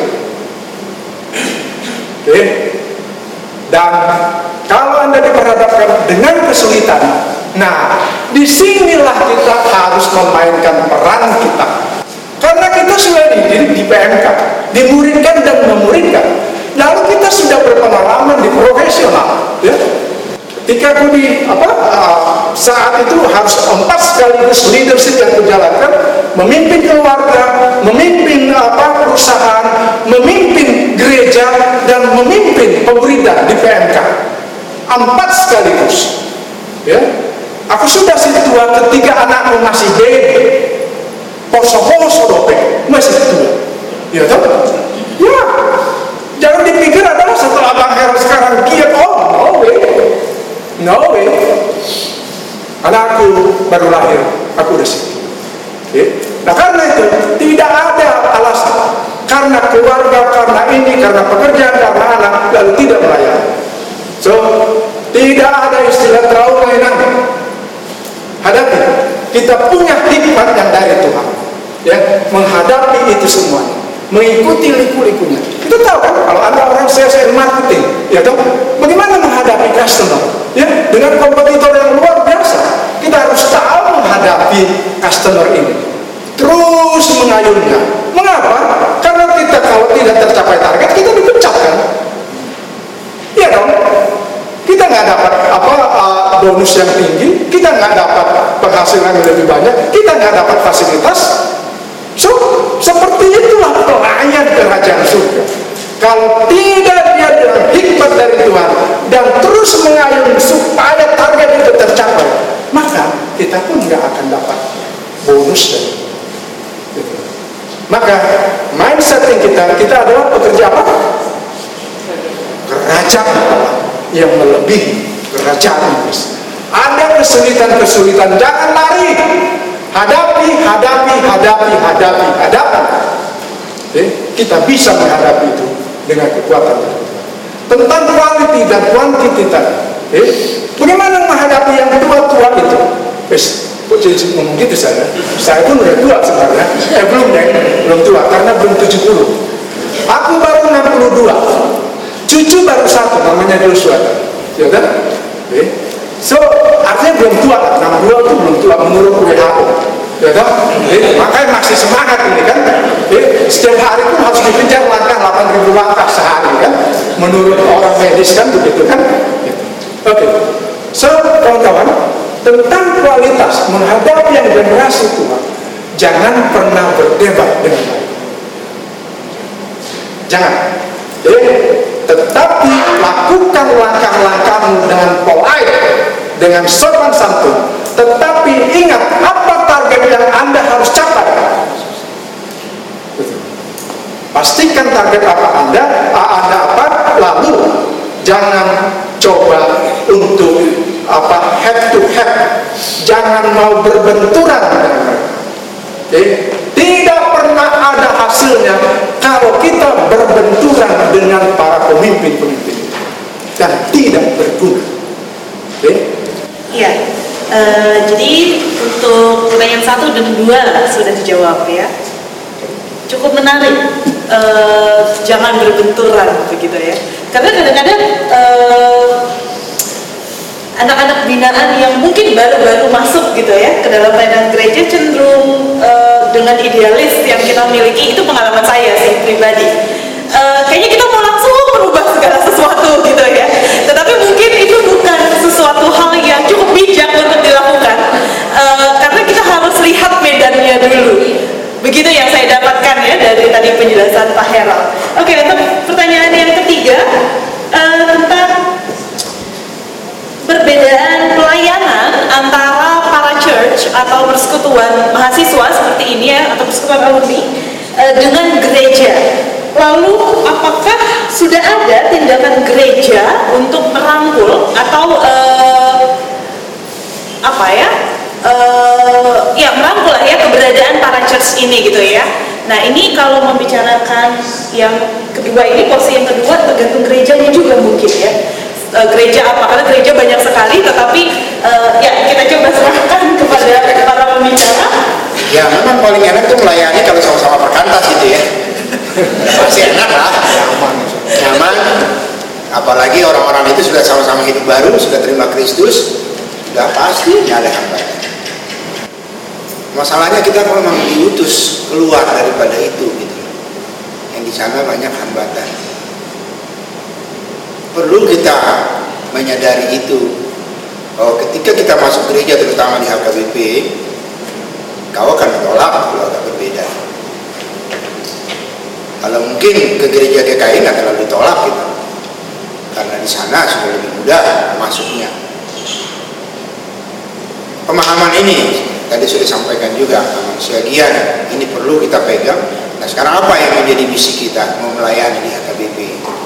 Oke. Okay. Dan kalau Anda diperhadapkan dengan kesulitan, nah, disinilah kita harus memainkan peran kita. Karena kita sudah dididik di P M K, dimuridkan dan memuridkan. Lalu kita sudah berpengalaman di profesional, ya. Ketika aku di apa uh, saat itu harus empat sekaligus leadership yang kujalankan, memimpin keluarga, memimpin apa perusahaan, memimpin gereja dan memimpin pemuridan di P M K. Empat sekaligus, ya. Aku sudah situa ketika anakku masih baby, poso-poso dope, masih tua, ya toh? Ya, jangan dipikir adalah setelah Bang Hero sekarang giat, oh no way, no way. Anakku baru lahir, aku udah situ. Okay? Nah karena itu tidak ada alasan, karena keluarga, karena ini, karena pekerjaan, karena anak, lalu tidak melayani. So, tidak ada istilah trauma yang hadapi. Kita punya hikmat yang dari Tuhan, ya, menghadapi itu semua, mengikuti liku-likunya. Kita tahu kan, kalau Anda orang sales and marketing, ya tahu bagaimana menghadapi customer, ya, dengan kompetitor yang luar biasa. Kita harus tahu menghadapi customer ini, terus mengayunnya. Mengapa? Karena kita kalau tidak tercapai target, kita dipecat kan? Iya dong. Kita nggak dapat apa uh, bonus yang tinggi, kita nggak dapat penghasilan yang lebih banyak, kita nggak dapat fasilitas. So, seperti itulah pelayan kerajaan surga. Kalau tidak dia dengan hikmat dari Tuhan dan terus mengayun supaya target itu tercapai, maka kita pun nggak akan dapat bonus dari itu. Maka mindset kita, kita adalah pekerja apa? Kerajaan Allah yang melebihi kerajaan Inggris. Ada kesulitan-kesulitan, jangan lari. Hadapi, hadapi, hadapi, hadapi, hadapi. Eh, kita bisa menghadapi itu dengan kekuatan Tuhan. Tentang quality dan quantity tadi. Eh, bagaimana menghadapi yang tua-tua itu? Wes, kok jadi ngomong gitu saya? Saya pun udah tua sebenarnya. Eh belum ya, belum tua karena belum tujuh puluh. Aku baru enam puluh dua. Cucu baru satu, namanya Joshua, ya kan? Okay. So, artinya belum tua, enam puluh dua itu belum tua menurut W H O, ya kan? Okay. Makanya masih semangat ini kan? Okay. Setiap hari pun harus dikejar langkah delapan ribu langkah sehari kan? Menurut orang medis kan begitu kan? Oke, okay. So kawan-kawan, tentang kualitas menghadapi yang generasi tua, jangan pernah berdebat dengan baik, jangan. Eh, tetapi lakukan langkah-langkahmu dengan polite, dengan sopan santun. Tetapi ingat apa target yang Anda harus capai. Pastikan target apa Anda, Anda apa, lalu jangan coba untuk apa head to head, jangan mau berbenturan dengan mereka. Okay? Tidak pernah ada hasilnya kalau kita berbenturan dengan para pemimpin-pemimpin dan tidak berguna. Oke? Iya. Uh, jadi untuk pertanyaan satu dan dua sudah dijawab ya. Cukup menarik. Uh, jangan berbenturan begitu ya. Karena kadang-kadang uh, anak-anak binaan yang mungkin baru-baru masuk gitu ya ke dalam pelayanan gereja cenderung uh, dengan idealis yang kita miliki, itu pengalaman saya sih pribadi. Uh, kayaknya kita mau langsung merubah segala sesuatu gitu ya. Tetapi mungkin itu bukan sesuatu hal yang cukup bijak untuk dilakukan. Uh, karena atau persekutuan mahasiswa seperti ini ya, atau persekutuan alumni uh, dengan gereja. Lalu apakah sudah ada tindakan gereja untuk merangkul atau uh, apa ya? Uh, ya merangkul lah ya keberadaan para church ini gitu ya. Nah ini kalau membicarakan yang kedua ini, posisi yang kedua tergantung gerejanya juga mungkin ya. Uh, gereja apa? Karena gereja banyak sekali, tetapi uh, ya kita coba serahkan kepada para pembicara. Ya memang paling enak itu melayani kalau sama-sama perkantas gitu ya. Pasti enak lah, nyaman. Apalagi orang-orang itu sudah sama-sama hidup baru, sudah terima Kristus, sudah pasti ada hambatan. Masalahnya kita memang diutus keluar daripada itu gitu. Yang di sana banyak hambatan. Perlu kita menyadari itu. Bahwa ketika kita masuk gereja, terutama di H K B P, kau akan ditolak kalau agak berbeda. Kalau mungkin ke gereja G K I nggak terlalu ditolak gitu. Karena di sana sudah lebih mudah masuknya. Pemahaman ini tadi sudah disampaikan juga manusia Gian, ini perlu kita pegang. Nah sekarang apa yang menjadi misi kita mau melayani di H K B P?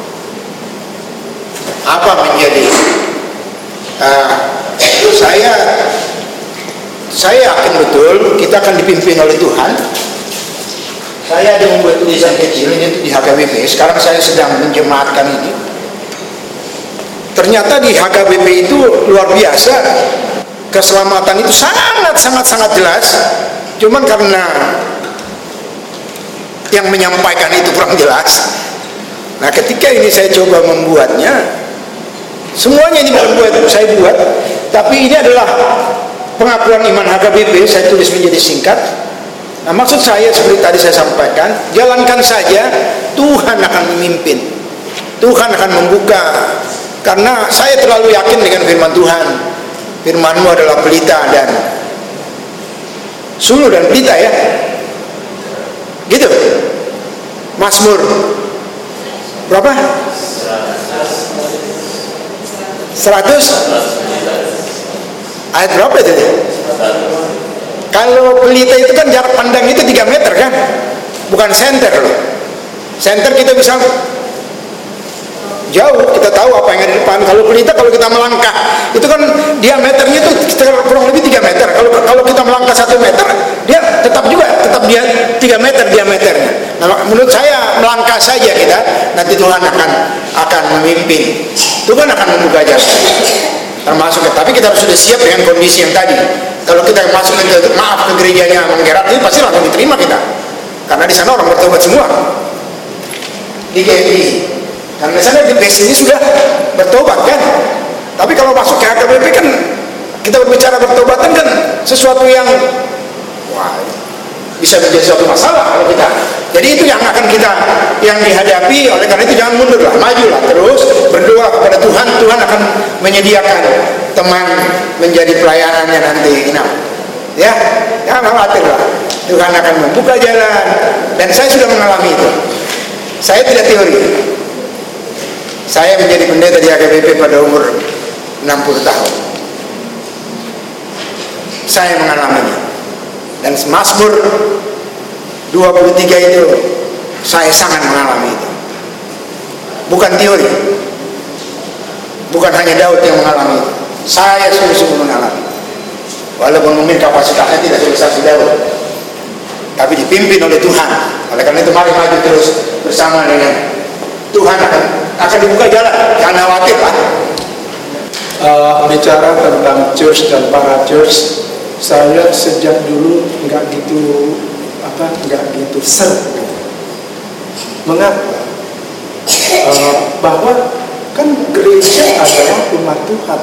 Apa menjadi uh, saya saya yakin betul kita akan dipimpin oleh Tuhan. Saya ada membuat tulisan kecil ini di H K B P. Sekarang saya sedang menjemaatkan ini. Ternyata di H K B P itu luar biasa. Keselamatan itu sangat sangat sangat jelas. Cuman karena yang menyampaikan itu kurang jelas. Nah, ketika ini saya coba membuatnya, semuanya ini bukan buat saya buat, tapi ini adalah pengakuan iman H K B P. Saya tulis menjadi singkat. Nah, maksud saya seperti tadi saya sampaikan, jalankan saja, Tuhan akan memimpin, Tuhan akan membuka. Karena saya terlalu yakin dengan firman Tuhan. Firman-Mu adalah pelita dan suluh dan pelita ya, gitu. Mazmur berapa? Seratus ayat berapa itu? Kalau pelita itu kan jarak pandang itu tiga meter kan, bukan senter loh. Senter kita bisa jauh, kita tahu apa yang ada di depan. Kalau pelita, kalau kita melangkah itu kan diameternya itu kurang lebih tiga meter. Kalau kalau kita melangkah satu meter, dia tetap juga tetap dia tiga meter diameternya. Nah, menurut saya melangkah saja kita, nanti Tuhan akan akan memimpin. Tuhan akan membuka jalan. Termasuk, tapi kita harus sudah siap dengan kondisi yang tadi. Kalau kita masuk ke maaf ke gerejanya menggerak, ini pasti langsung diterima kita. Karena di sana orang bertobat semua. Di G M I. Karena di sana di base ini sudah bertobat kan. Tapi kalau masuk ke H K B P kan kita berbicara bertobatan kan sesuatu yang wah, bisa menjadi suatu masalah kalau kita. Jadi itu yang akan kita yang dihadapi. Oleh karena itu jangan mundur lah, majulah terus berdoa kepada Tuhan. Tuhan akan menyediakan teman menjadi pelayanannya nanti. Nah, ya, jangan khawatir lah. Tuhan akan membuka jalan. Dan saya sudah mengalami itu. Saya tidak teori. Saya menjadi pendeta di H K B P pada umur enam puluh tahun. Saya mengalaminya. Dan Mazmur dua puluh tiga itu saya sangat mengalami itu. Bukan teori. Bukan hanya Daud yang mengalami itu. Saya sungguh-sungguh mengalami. Walaupun mungkin kapasitasnya tidak sebesar si Daud, tapi dipimpin oleh Tuhan. Oleh karena itu mari maju terus bersama dengan Tuhan akan akan dibuka jalan. Jangan khawatir lah. Uh, bicara tentang church dan para church, saya sejak dulu nggak gitu apa nggak gitu ser. Mengapa? Uh, bahwa kan gereja adalah umat Tuhan.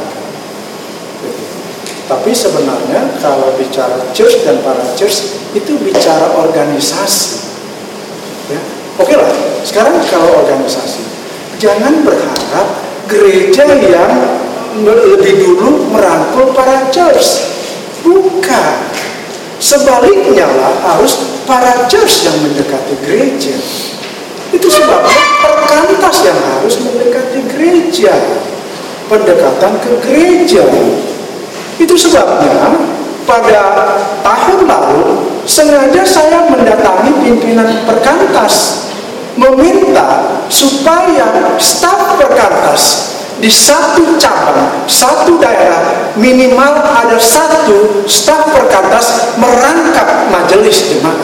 Tapi sebenarnya kalau bicara church dan para church itu bicara organisasi. Ya, oke lah. Sekarang kalau organisasi, jangan berharap gereja yang lebih dulu merangkul para church. Bukan. Sebaliknya lah harus para church yang mendekati gereja. Itu sebabnya perkantas yang harus mendekati gereja. Pendekatan ke gereja. Itu sebabnya pada tahun lalu sengaja saya mendatangi pimpinan Perkantas meminta supaya staf Perkantas di satu cabang, satu daerah minimal ada satu staf Perkantas merangkap majelis jemaat.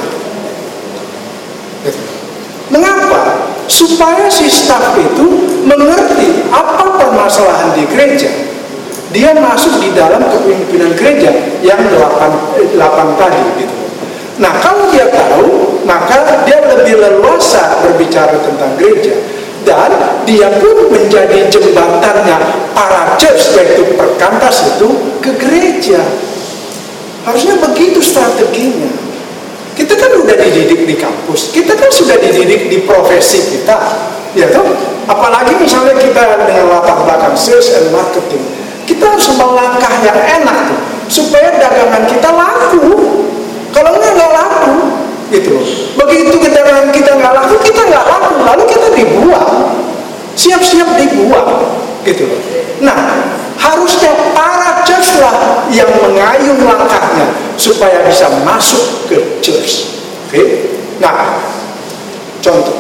Mengapa? Supaya si staf itu mengerti apa permasalahan di gereja. Dia masuk di dalam kepemimpinan gereja yang delapan, delapan tadi gitu. Nah, kalau dia tahu, maka dia lebih leluasa berbicara tentang gereja. Dan dia pun menjadi jembatannya para church, yaitu Perkantas itu ke gereja. Harusnya begitu strateginya. Kita kan udah dididik di kampus, kita kan sudah dididik di profesi kita, ya toh. Apalagi misalnya kita dengan latar belakang sales and marketing, kita harus melangkah yang enak tuh, supaya dagangan kita laku. Kalau enggak nggak laku, gitu loh. Begitu dagangan kita nggak laku, kita nggak laku, lalu kita dibuang, siap-siap dibuang, gitu loh. Nah, harusnya para church lah yang mengayuh langkahnya supaya bisa masuk ke church. Oke? Okay? Nah, contoh,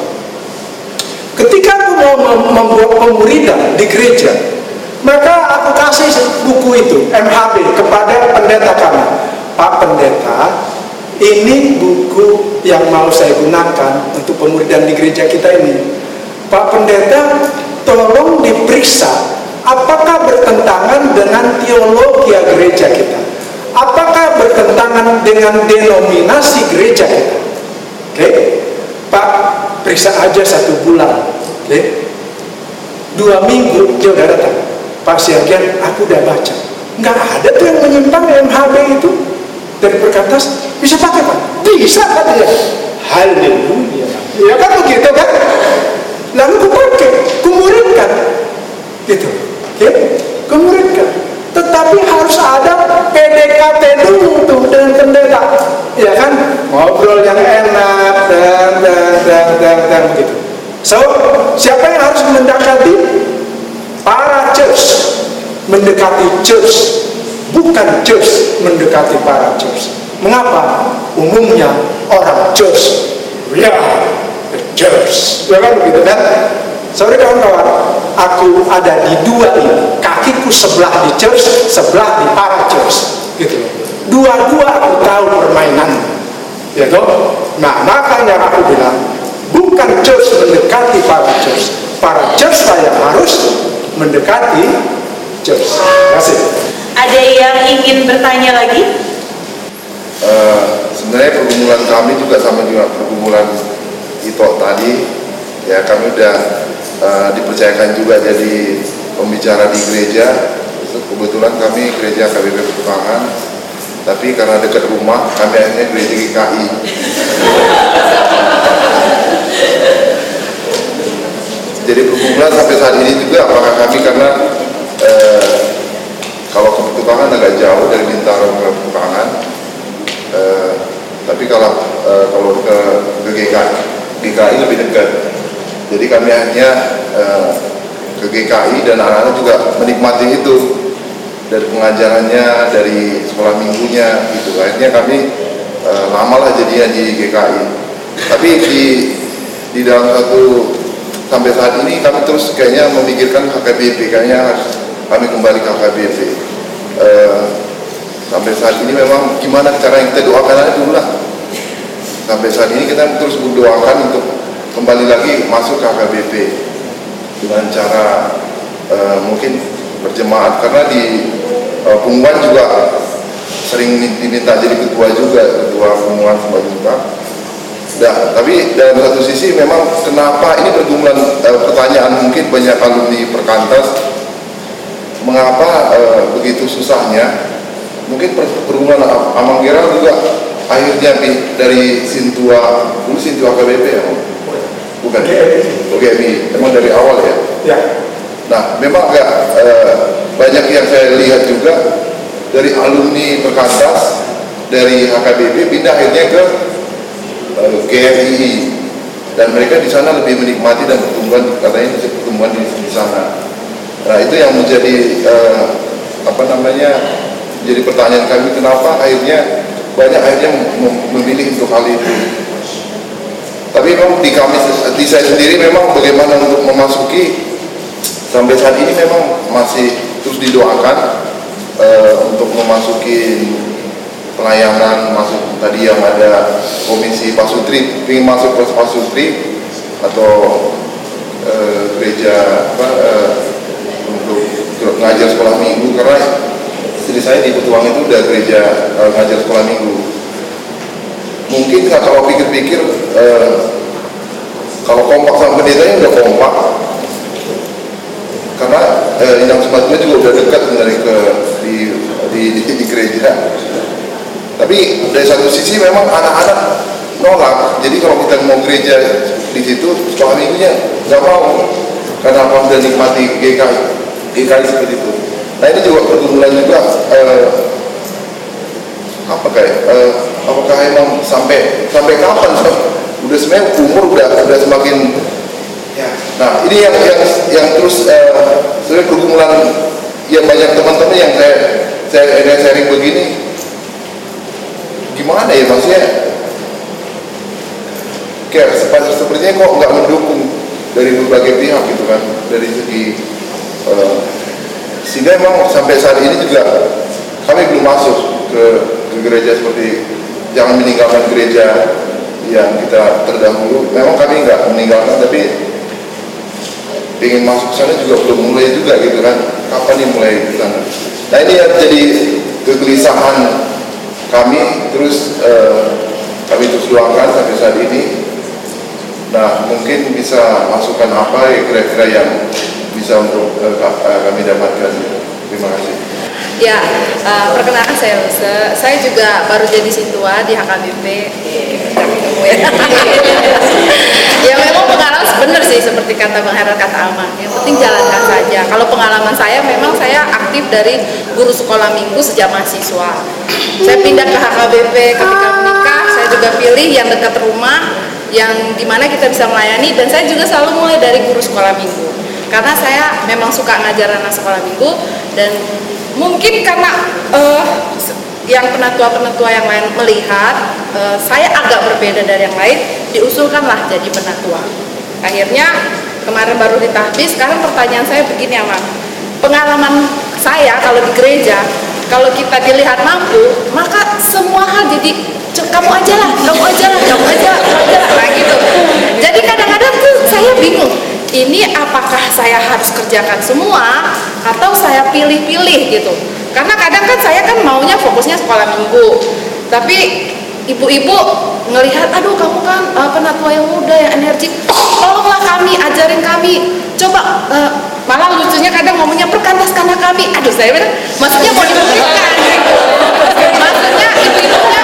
ketika aku mau membuat pemuridan di gereja, maka aku kasih buku itu M H B kepada pendeta kami. Pak Pendeta, ini buku yang mau saya gunakan untuk pemuridan di gereja kita ini. Pak Pendeta, tolong diperiksa apakah bertentangan dengan teologi gereja kita, apakah bertentangan dengan denominasi gereja kita. Oke, okay? Pak, periksa aja satu bulan. Oke, okay? Dua minggu dia udah datang. Pak Siagian, aku udah baca, nggak ada tuh yang menyimpang M H B itu dari Perkantas. Bisa pakai Pak? Bisa kan dia? Haleluya. Ya kan begitu kan? Lalu aku pakai, kumurinkan, gitu. Oke, okay? Kumurinkan. Tetapi harus ada P D K T dulu tuh dengan pendeta, ya kan? Ngobrol yang enak dan dan dan dan dan begitu. So, siapa yang harus mendekati? Para church mendekati church, bukan church mendekati para church. Mengapa? Umumnya orang church, ya, the church, ya kan begitu kan? Sorry kawan-kawan, aku ada di dua ini, kakiku sebelah di church, sebelah di para church, gitu. Dua-dua aku tahu permainan, ya toh. Nah, makanya aku bilang, bukan church mendekati para church, para church saya harus mendekati church. Terima kasih. Ada yang ingin bertanya lagi? Uh, sebenarnya pergumulan kami juga sama juga pergumulan Ito tadi. Ya, kami udah uh, dipercayakan juga jadi pembicara di gereja. Kebetulan kami gereja H K B P Petukangan, tapi karena dekat rumah kami akhirnya gereja G K I. Jadi pergumulan sampai saat ini juga apakah kami karena uh, kalau ke Petukangan agak jauh dari Bintaro ke Petukangan, uh, tapi kalau uh, kalau ke, ke G K I, G K I lebih dekat. Jadi kami hanya uh, ke G K I dan anak-anak juga menikmati itu dari pengajarannya, dari sekolah minggunya gitu. Akhirnya kami uh, lama lah jadinya di G K I. Tapi di di dalam satu sampai saat ini kami terus kayaknya memikirkan H K B P, kayaknya harus kami kembali ke H K B P. Uh, sampai saat ini memang gimana cara yang kita doakan aja dulu lah. Sampai saat ini kita terus berdoakan untuk kembali lagi masuk ke H K B P dengan cara uh, mungkin berjemaat, karena di uh, pengumuman juga sering diminta jadi ketua juga, ketua pengumuman Mbak Junta. Nah, tapi dalam satu sisi memang kenapa ini pergumulan uh, pertanyaan mungkin banyak alumni Perkantas, mengapa uh, begitu susahnya? Mungkin pergumulan Amanggira juga akhirnya dari Sintua, dulu Sintua H K B P ya, bukan? O G M I, emang dari awal ya? Ya. Nah, memang agak uh, banyak yang saya lihat juga dari alumni Perkantas dari H K B P pindah akhirnya ke G F I I, dan mereka di sana lebih menikmati dan pertumbuhan, katanya bisa pertumbuhan di, di sana. Nah, itu yang menjadi uh, apa namanya jadi pertanyaan kami kenapa akhirnya banyak akhirnya memilih untuk hal itu. Tapi memang di kami, di saya sendiri memang bagaimana untuk memasuki sampai saat ini memang masih terus didoakan uh, untuk memasuki pelayanan, masuk tadi yang ada komisi pasutri, ingin masuk ke pasutri atau uh, gereja apa, uh, untuk ngajar sekolah minggu, karena istri saya di Petuang itu udah gereja uh, ngajar sekolah minggu. Mungkin kalau pikir-pikir eh, kalau kompak sama pendetanya udah kompak, karena eh, Inang Sumatera juga udah dekat sebenarnya ke di, di, di, di gereja. Tapi dari satu sisi memang anak-anak nolak. Jadi kalau kita mau gereja di situ sekolah minggunya nggak mau, karena apa udah nikmati G K I, G K I seperti itu. Nah ini juga pergumulan juga. Eh, apa kayak uh, apakah emang sampai sampai kapan so? Udah sebenarnya umur udah udah semakin ya. Nah ini yang yang yang terus uh, sebenarnya pergumulan yang banyak teman-teman yang saya saya saya sharing begini, gimana ya maksudnya kayak seperti sepertinya kok nggak mendukung dari berbagai pihak gitu kan, dari segi uh, sehingga emang sampai saat ini juga kami belum masuk ke gereja seperti jangan meninggalkan gereja yang kita terdahulu. Memang kami nggak meninggalkan, tapi ingin masuk sana juga belum mulai juga gitu kan. Kapan nih mulai ke sana? Nah ini yang jadi kegelisahan kami, terus eh, kami terus luangkan sampai saat ini. Nah mungkin bisa masukan apa ya kira-kira yang bisa untuk eh, kami dapatkan. Terima kasih. Ya, uh, perkenalkan saya Luse. Saya juga baru jadi situa di H K B P. Ya. Ya memang pengalaman benar sih seperti kata Bang Herat, kata Amang. Yang penting jalankan saja. Kalau pengalaman saya memang saya aktif dari guru sekolah minggu sejak mahasiswa. Saya pindah ke H K B P ketika menikah. Saya juga pilih yang dekat rumah, yang dimana kita bisa melayani. Dan saya juga selalu mulai dari guru sekolah minggu. Karena saya memang suka ngajar anak sekolah minggu, dan mungkin karena uh, yang penatua-penatua yang lain melihat uh, saya agak berbeda dari yang lain, diusulkanlah jadi penatua. Akhirnya kemarin baru ditahbis. Sekarang pertanyaan saya begini, Amang. Pengalaman saya kalau di gereja, kalau kita dilihat mampu, maka semua hal jadi kamu aja lah, kamu aja lah, kamu aja lah, kamu aja lah, nah gitu. Jadi kadang-kadang tuh saya bingung. Ini apakah saya harus kerjakan semua atau saya pilih-pilih gitu. Karena kadang kan saya kan maunya fokusnya sekolah minggu, tapi ibu-ibu ngelihat, aduh kamu kan uh, penatua yang muda, yang energik, tolonglah kami, ajarin kami. Coba, uh, malah lucunya kadang ngomongnya perkantaskanlah kami. Aduh saya bilang, maksudnya mau dibuktikan gitu. Maksudnya ibu-ibunya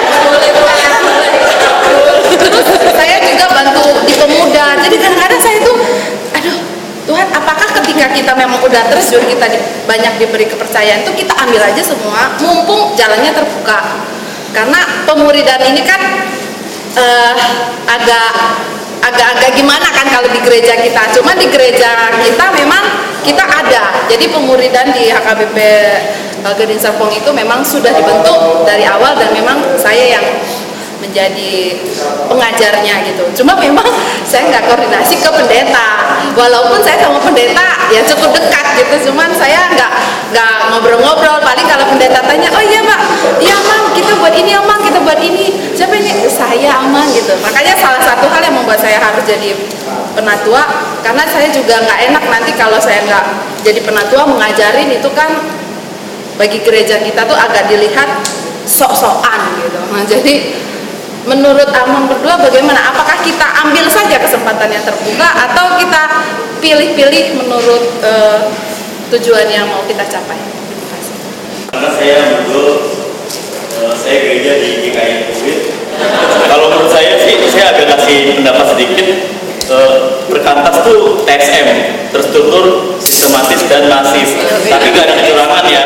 terus saya juga bantu di pemuda. Jadi kadang-kadang saya tuh, aduh Tuhan, apakah ketika kita memang udah terjun, kita di, banyak diberi kepercayaan itu kita ambil aja semua, mumpung jalannya terbuka. Karena pemuridan ini kan uh, agak agak-agak gimana kan kalau di gereja kita. Cuma di gereja kita memang kita ada. Jadi pemuridan di H K B P uh, Gading Serpong itu memang sudah dibentuk dari awal, dan memang saya yang menjadi pengajarnya gitu. Cuma memang saya nggak koordinasi ke pendeta, walaupun saya sama pendeta ya cukup dekat gitu. Cuman saya nggak nggak ngobrol-ngobrol. Paling kalau pendeta tanya, oh iya Mbak, iya Mang, kita buat ini Mang, kita buat ini. Siapa ini? Saya Mang gitu. Makanya salah satu hal yang membuat saya harus jadi penatua, karena saya juga nggak enak nanti kalau saya nggak jadi penatua mengajarin, itu kan bagi gereja kita tuh agak dilihat sok-sokan gitu. Nah jadi menurut Amang berdua bagaimana? Apakah kita ambil saja kesempatan yang terbuka atau kita pilih-pilih menurut uh, tujuan yang mau kita capai? Terima kasih. Karena saya menurut uh, saya gereja di G K I Kuwait. Kalau menurut saya sih, saya agak kasih pendapat sedikit. Uh, perkantas tuh T S M, terstruktur, sistematis dan masif. Tapi nggak ada kecurangan ya.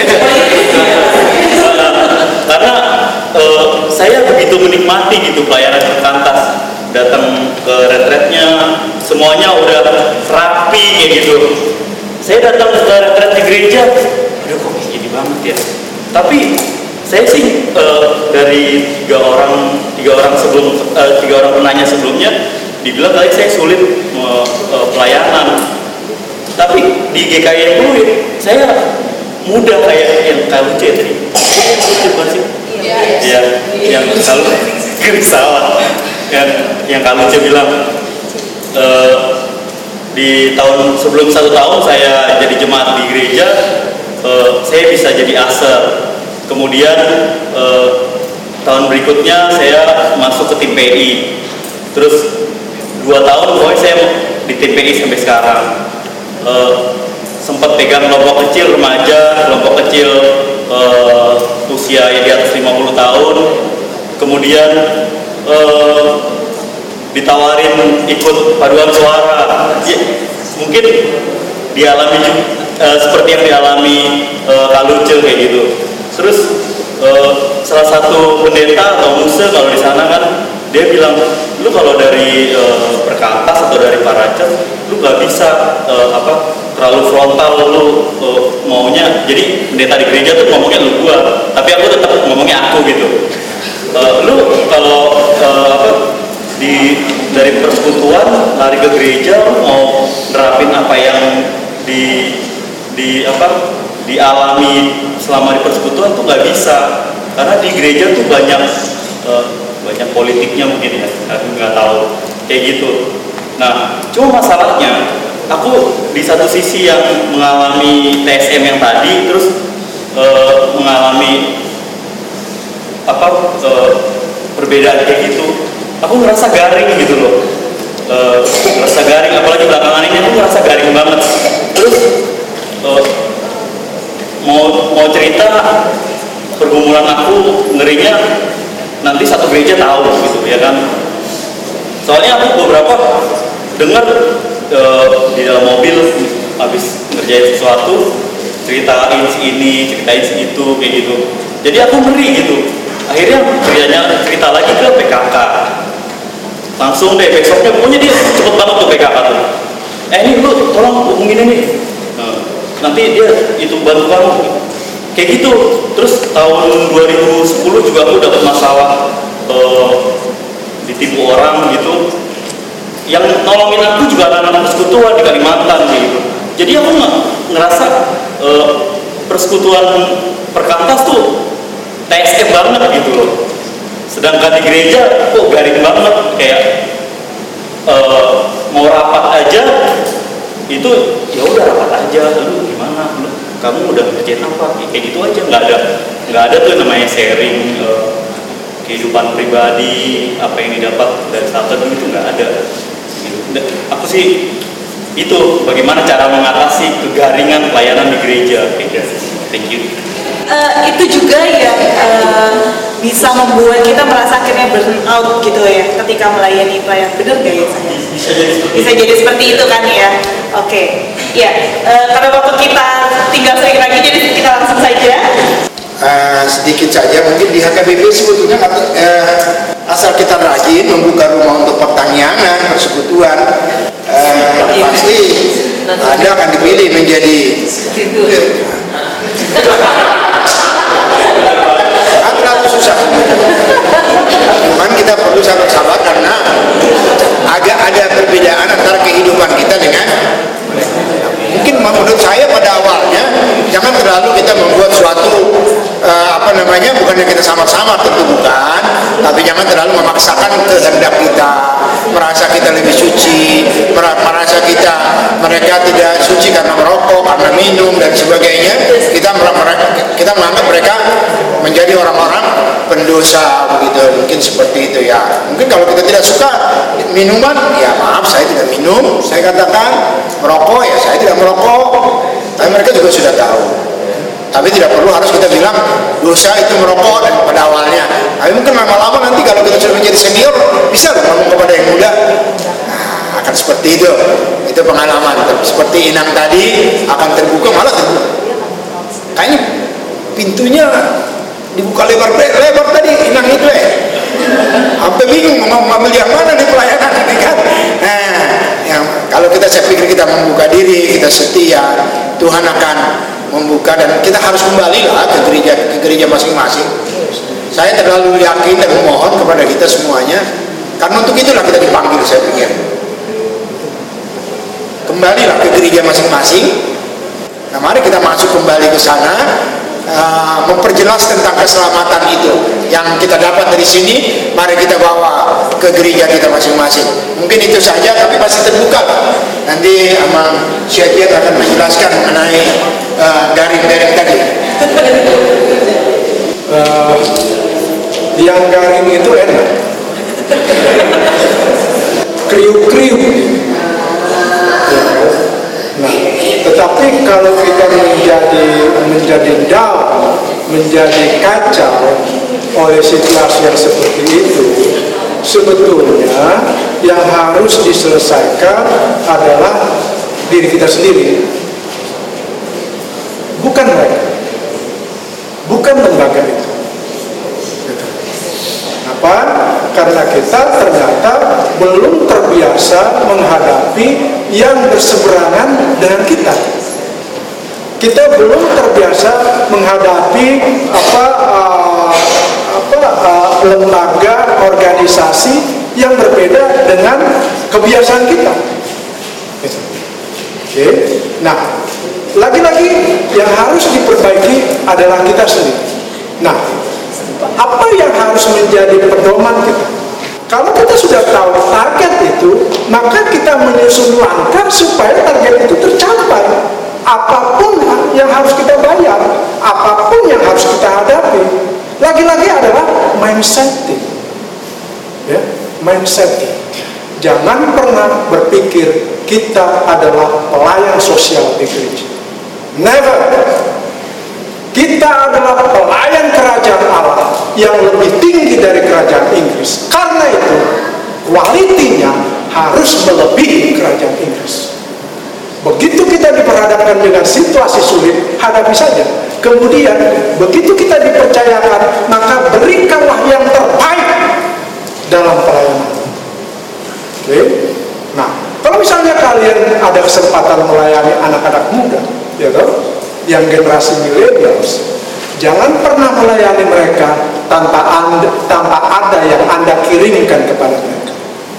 Karena uh, saya begitu menikmati gitu pelayanan perkantas, datang ke retretnya semuanya udah rapi kayak gitu. Saya datang ke retret di gereja, aduh kok gini banget ya. Tapi saya sih uh, dari tiga orang tiga orang sebelum uh, tiga orang penanya sebelumnya dibilang kali saya sulit uh, uh, pelayanan. Tapi di G K I Fluid saya mudah kayak yang kalau Cetri. Itu bukan sih? Iya. Yang kalau salah. Yang yang kalau Cetri bilang uh, di tahun sebelum satu tahun saya jadi jemaat di gereja, uh, saya bisa jadi aser. Kemudian eh, tahun berikutnya saya masuk ke tim P I. Terus dua tahun pokoknya saya di tim P I sampai sekarang. Eh, sempat pegang kelompok kecil remaja, kelompok kecil eh, usia yang di atas lima puluh tahun. Kemudian eh, ditawarin ikut paduan suara. Ya, mungkin dialami eh, seperti yang dialami eh, Kaluce kayak gitu. Terus uh, salah satu pendeta atau musa kalau di sana kan dia bilang, lu kalau dari uh, perkantas atau dari paracet, lu gak bisa uh, apa terlalu frontal lu uh, maunya. Jadi pendeta di gereja tuh ngomongnya lu gua, tapi aku tetap ngomongnya aku gitu. Uh, lu kalau uh, apa di dari persekutuan lari ke gereja, lu mau nerapin apa yang di di apa dialami selama di persekutuan tuh nggak bisa, karena di gereja tuh banyak uh, banyak politiknya mungkin ya, aku nggak tahu kayak gitu. Nah, cuma masalahnya aku di satu sisi yang mengalami T S M yang tadi, terus uh, mengalami apa uh, perbedaan kayak gitu, aku ngerasa garing gitu loh, uh, ngerasa garing, apalagi belakangan ini aku ngerasa garing banget. Terus uh, mau mau cerita pergumulan aku ngerinya nanti satu gereja tahu gitu ya kan. Soalnya aku beberapa dengar e, di dalam mobil habis ngerjain sesuatu ceritain si ini, ceritain si itu kayak gitu. Jadi aku ngeri gitu. Akhirnya ceritanya cerita lagi ke P K K. Langsung deh besoknya pokoknya dia cepet banget tuh P K K tuh. Eh ini lu tolong hubungin ini. Nah, nanti dia itu bantu kamu kayak gitu. Terus tahun dua ribu sepuluh juga aku dapat masalah uh, ditipu orang gitu, yang nolongin aku juga anak-anak persekutuan di Kalimantan gitu. Jadi aku nggak ngerasa uh, persekutuan perkantas tuh T S M banget gitu loh, sedangkan di gereja kok garing banget, kayak uh, mau rapat aja itu ya udah rapat aja, lu gimana, lu, kamu udah kerjain apa, kayak gitu aja, nggak ada nggak ada tuh namanya sharing uh, kehidupan pribadi, apa yang didapat dari startup itu nggak ada. Gitu. Aku sih itu bagaimana cara mengatasi kegaringan pelayanan di gereja. Thank you. Uh, itu juga yang uh, bisa membuat kita merasa akhirnya burn out gitu ya ketika melayani pelayan. Benar gak ya saya? Bisa jadi seperti, bisa jadi seperti itu kan ya. Oke, okay. Ya uh, karena waktu kita tinggal sedikit lagi, jadi kita langsung saja. Uh, sedikit saja mungkin di H K B P sebetulnya uh, asal kita rajin membuka rumah untuk pertanianan, persekutuan, uh, pasti Anda akan dipilih menjadi agak susah. Cuman kita perlu sabar-sabar karena agak ada perbedaan antara kehidupan kita dengan, mungkin menurut saya pada awalnya jangan terlalu kita membuat suatu uh, apa namanya, bukannya kita samar-samar, tentu bukan, tapi jangan terlalu memaksakan kehendak kita, merasa kita lebih suci, merasa kita mereka tidak suci karena merokok, karena minum dan sebagainya. Kita kita menganggap mereka menjadi orang-orang pendosa begitu, mungkin seperti itu ya. Mungkin kalau kita tidak suka minuman, ya maaf saya tidak minum, saya katakan merokok, ya saya tidak merokok. Tapi mereka juga sudah tahu. Tapi tidak perlu harus kita bilang dosa itu merokok dan pada awalnya. Tapi mungkin lama-lama nanti kalau kita sudah menjadi senior, bisa ngomong kepada yang muda. Nah, akan seperti itu. Itu pengalaman. Seperti Inang tadi akan terbuka, malah terbuka. Kayaknya pintunya dibuka lebar-lebar tadi Inang itu ya. Sampai bingung mau ngambil yang mana di pelayanan ini kan. Nah, yang kalau kita, saya pikir kita membuka diri, kita setia, Tuhan akan membuka, dan kita harus kembali lah ke gereja ke gereja masing-masing. Saya terlalu yakin dan memohon kepada kita semuanya, karena untuk itulah kita dipanggil. Saya pikir kembalilah ke gereja masing-masing. Nah, mari kita masuk kembali ke sana, uh, memperjelas tentang keselamatan itu yang kita dapat dari sini. Mari kita bawa ke gereja kita masing-masing. Mungkin itu saja, tapi pasti terbuka. Nanti Amang Syakiat akan menjelaskan mengenai uh, garing-garing tadi. Uh, yang garing itu enak, kriuk-kriuk. Nah, tetapi kalau kita menjadi menjadi down, menjadi kacau oleh situasi yang seperti itu, sebetulnya yang harus diselesaikan adalah diri kita sendiri, bukan mereka, bukan lembaga itu. Apa? Karena kita ternyata belum terbiasa menghadapi yang berseberangan dengan kita. Kita belum terbiasa menghadapi apa uh, apa uh, lembaga organisasi yang berbeda dengan kebiasaan kita. Oke. Okay. Nah, lagi-lagi yang harus diperbaiki adalah kita sendiri. Nah, apa yang harus menjadi pedoman kita? Kalau kita sudah tahu target itu, maka kita menyusun langkah supaya target itu tercapai. Apapun yang harus kita bayar, apapun yang harus kita hadapi, lagi-lagi adalah mindset. Ya, mindset. Jangan pernah berpikir kita adalah pelayan sosial di gereja. Never. Kita adalah pelayan kerajaan Allah yang lebih tinggi dari kerajaan Inggris. Karena itu, kualitinya harus melebihi kerajaan Inggris. Begitu kita diperhadapkan dengan situasi sulit, hadapi saja. Kemudian, begitu kita dipercayakan, maka berikanlah yang terbaik dalam pelayanan. Oke? Nah, kalau misalnya kalian ada kesempatan melayani anak-anak muda, ya toh? Yang generasi millennials, jangan pernah melayani mereka tanpa anda, tanpa ada yang Anda kirimkan kepada mereka.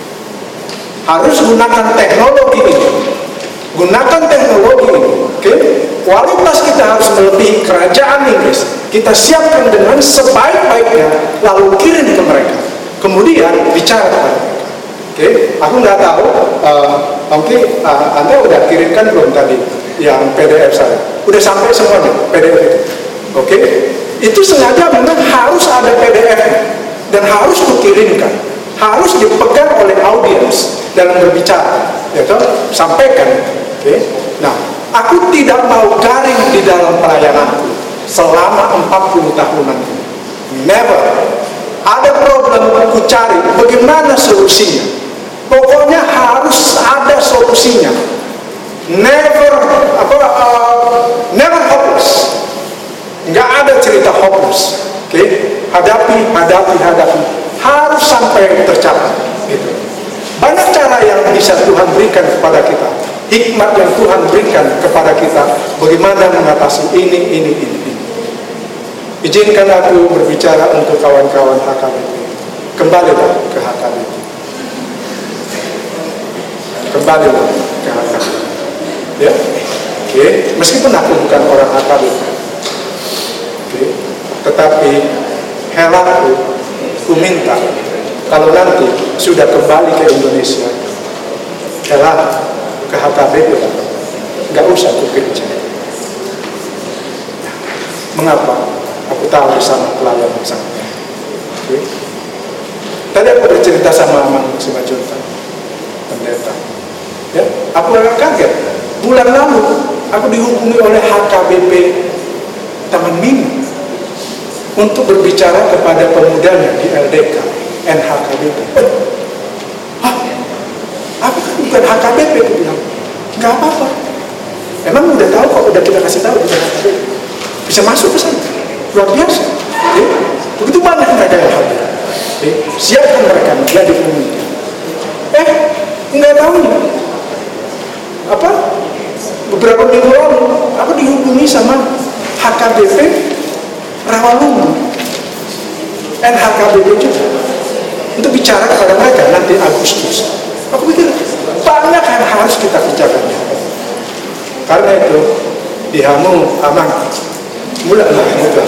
Harus gunakan teknologi ini, gunakan teknologi ini. Oke, okay? Kualitas kita harus melebihi kerajaan Inggris. Kita siapkan dengan sebaik-baiknya, lalu kirim ke mereka. Kemudian bicara kepada mereka. Oke, okay? Aku nggak tahu. Uh, Oke, okay, uh, Anda udah kirimkan belum tadi yang P D F saya? Udah sampai semuanya P D F itu. Oke, okay? Itu sengaja memang harus ada P D F dan harus dikirimkan, harus dipegang oleh audiens dalam berbicara, ya toh? Sampaikan. Oke, okay? Nah, aku tidak mau garing di dalam pelayananku selama empat puluh tahunan ini. Never. Ada problem, aku cari bagaimana solusinya. Pokoknya harus ada solusinya. Never apa uh, never hopeless. Nggak ada cerita hopeless. Oke, okay? hadapi, hadapi, hadapi. Harus sampai tercapai. Gitu. Banyak cara yang bisa Tuhan berikan kepada kita. Hikmat yang Tuhan berikan kepada kita. Bagaimana mengatasi ini, ini, ini, ini. Izinkan aku berbicara untuk kawan-kawan H K B P. Kembalilah ke H K B P. Kembalilah ke H K B P. Ya, oke. Okay. Meskipun aku bukan orang H K B P, oke. Okay. Tetapi helaku, ku minta kalau nanti sudah kembali ke Indonesia, helah ke H K B P, nggak usah ke gereja. Mengapa? Aku tahu di sana pelayan yang sangat. Okay. Tadi aku bercerita sama Amang Simanjuntak, pendeta. Ya, aku agak kaget. Bulan lalu aku dihubungi oleh H K B P Taman Mini untuk berbicara kepada pemudanya di L D K N H K B P. Hah? Aku kan bukan H K B P, aku bilang. Nggak apa-apa. Emang udah tahu kok, udah kita kasih tahu bukan H K B P. Bisa masuk ke sana. Luar biasa. Okay. Begitu banyak mereka yang hadir. Okay. Siapkan mereka menjadi pemimpin. Eh, nggak tahu nih. Apa? beberapa minggu lalu aku dihubungi sama H K B P Rawalumbu dan H K B P juga untuk bicara kepada mereka nanti Agustus. Aku pikir banyak yang harus kita kerjakan. Karena itu dihamu aman, mulai lah mudah.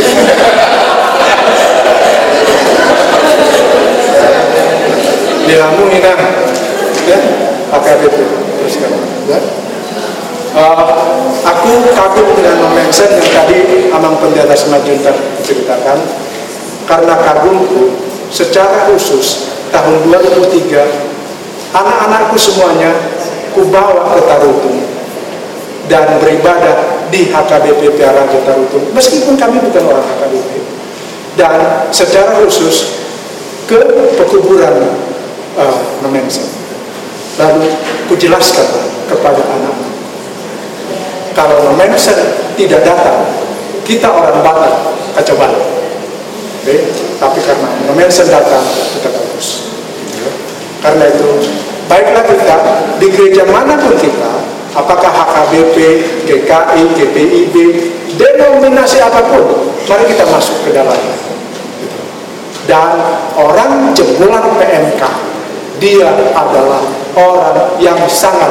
Dihamu inang, ya H K B P terus kan. Ya. Uh, aku kagum dengan mention yang tadi Amang Pendeta Semajuntak ceritakan, karena kagumku secara khusus tahun dua ribu tiga anak-anakku semuanya kubawa ke Tarutung dan beribadah di H K B P Piara Tarutung, meskipun kami bukan orang H K B P, dan secara khusus ke pekuburan uh, Nomensen. Lalu kujelaskan kepada anak-anak, kalau Nomensen tidak datang, kita orang Batak kacau balau. Okay? Tapi karena Nomensen datang, kita bagus. Karena itu, baiklah kita di gereja manapun kita, apakah H K B P, G K I, G P I B, denominasi apapun, mari kita masuk ke dalamnya. Dan orang jebolan P M K, dia adalah orang yang sangat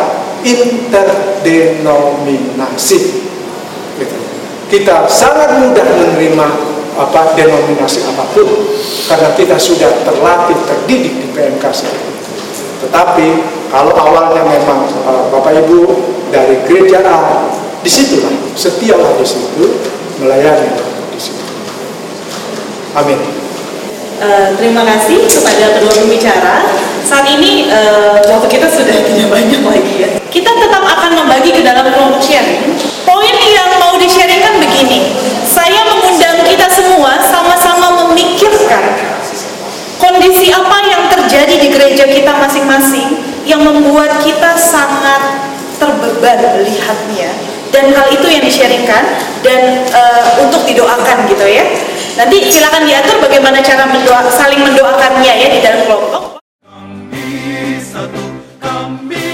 interdenominasi. Gitu. Kita sangat mudah menerima apa denominasi apapun karena kita sudah terlatih, terdidik di P M K seperti itu. Tetapi kalau awalnya memang uh, Bapak Ibu dari gereja A, disitulah setialah di situ melayani di situ. Amin. Uh, terima kasih kepada kedua pembicara. Saat ini uh, waktu kita sudah tidak banyak lagi ya. Kita tetap akan membagi ke dalam kelompok sharing. Poin yang mau di-sharingkan begini. Saya mengundang kita semua sama-sama memikirkan kondisi apa yang terjadi di gereja kita masing-masing yang membuat kita sangat terbeban melihatnya, dan hal itu yang di-sharingkan dan uh, untuk didoakan gitu ya. Nanti silakan diatur bagaimana cara mendoa, saling mendoakannya ya di dalam kelompok. Kami satu, kami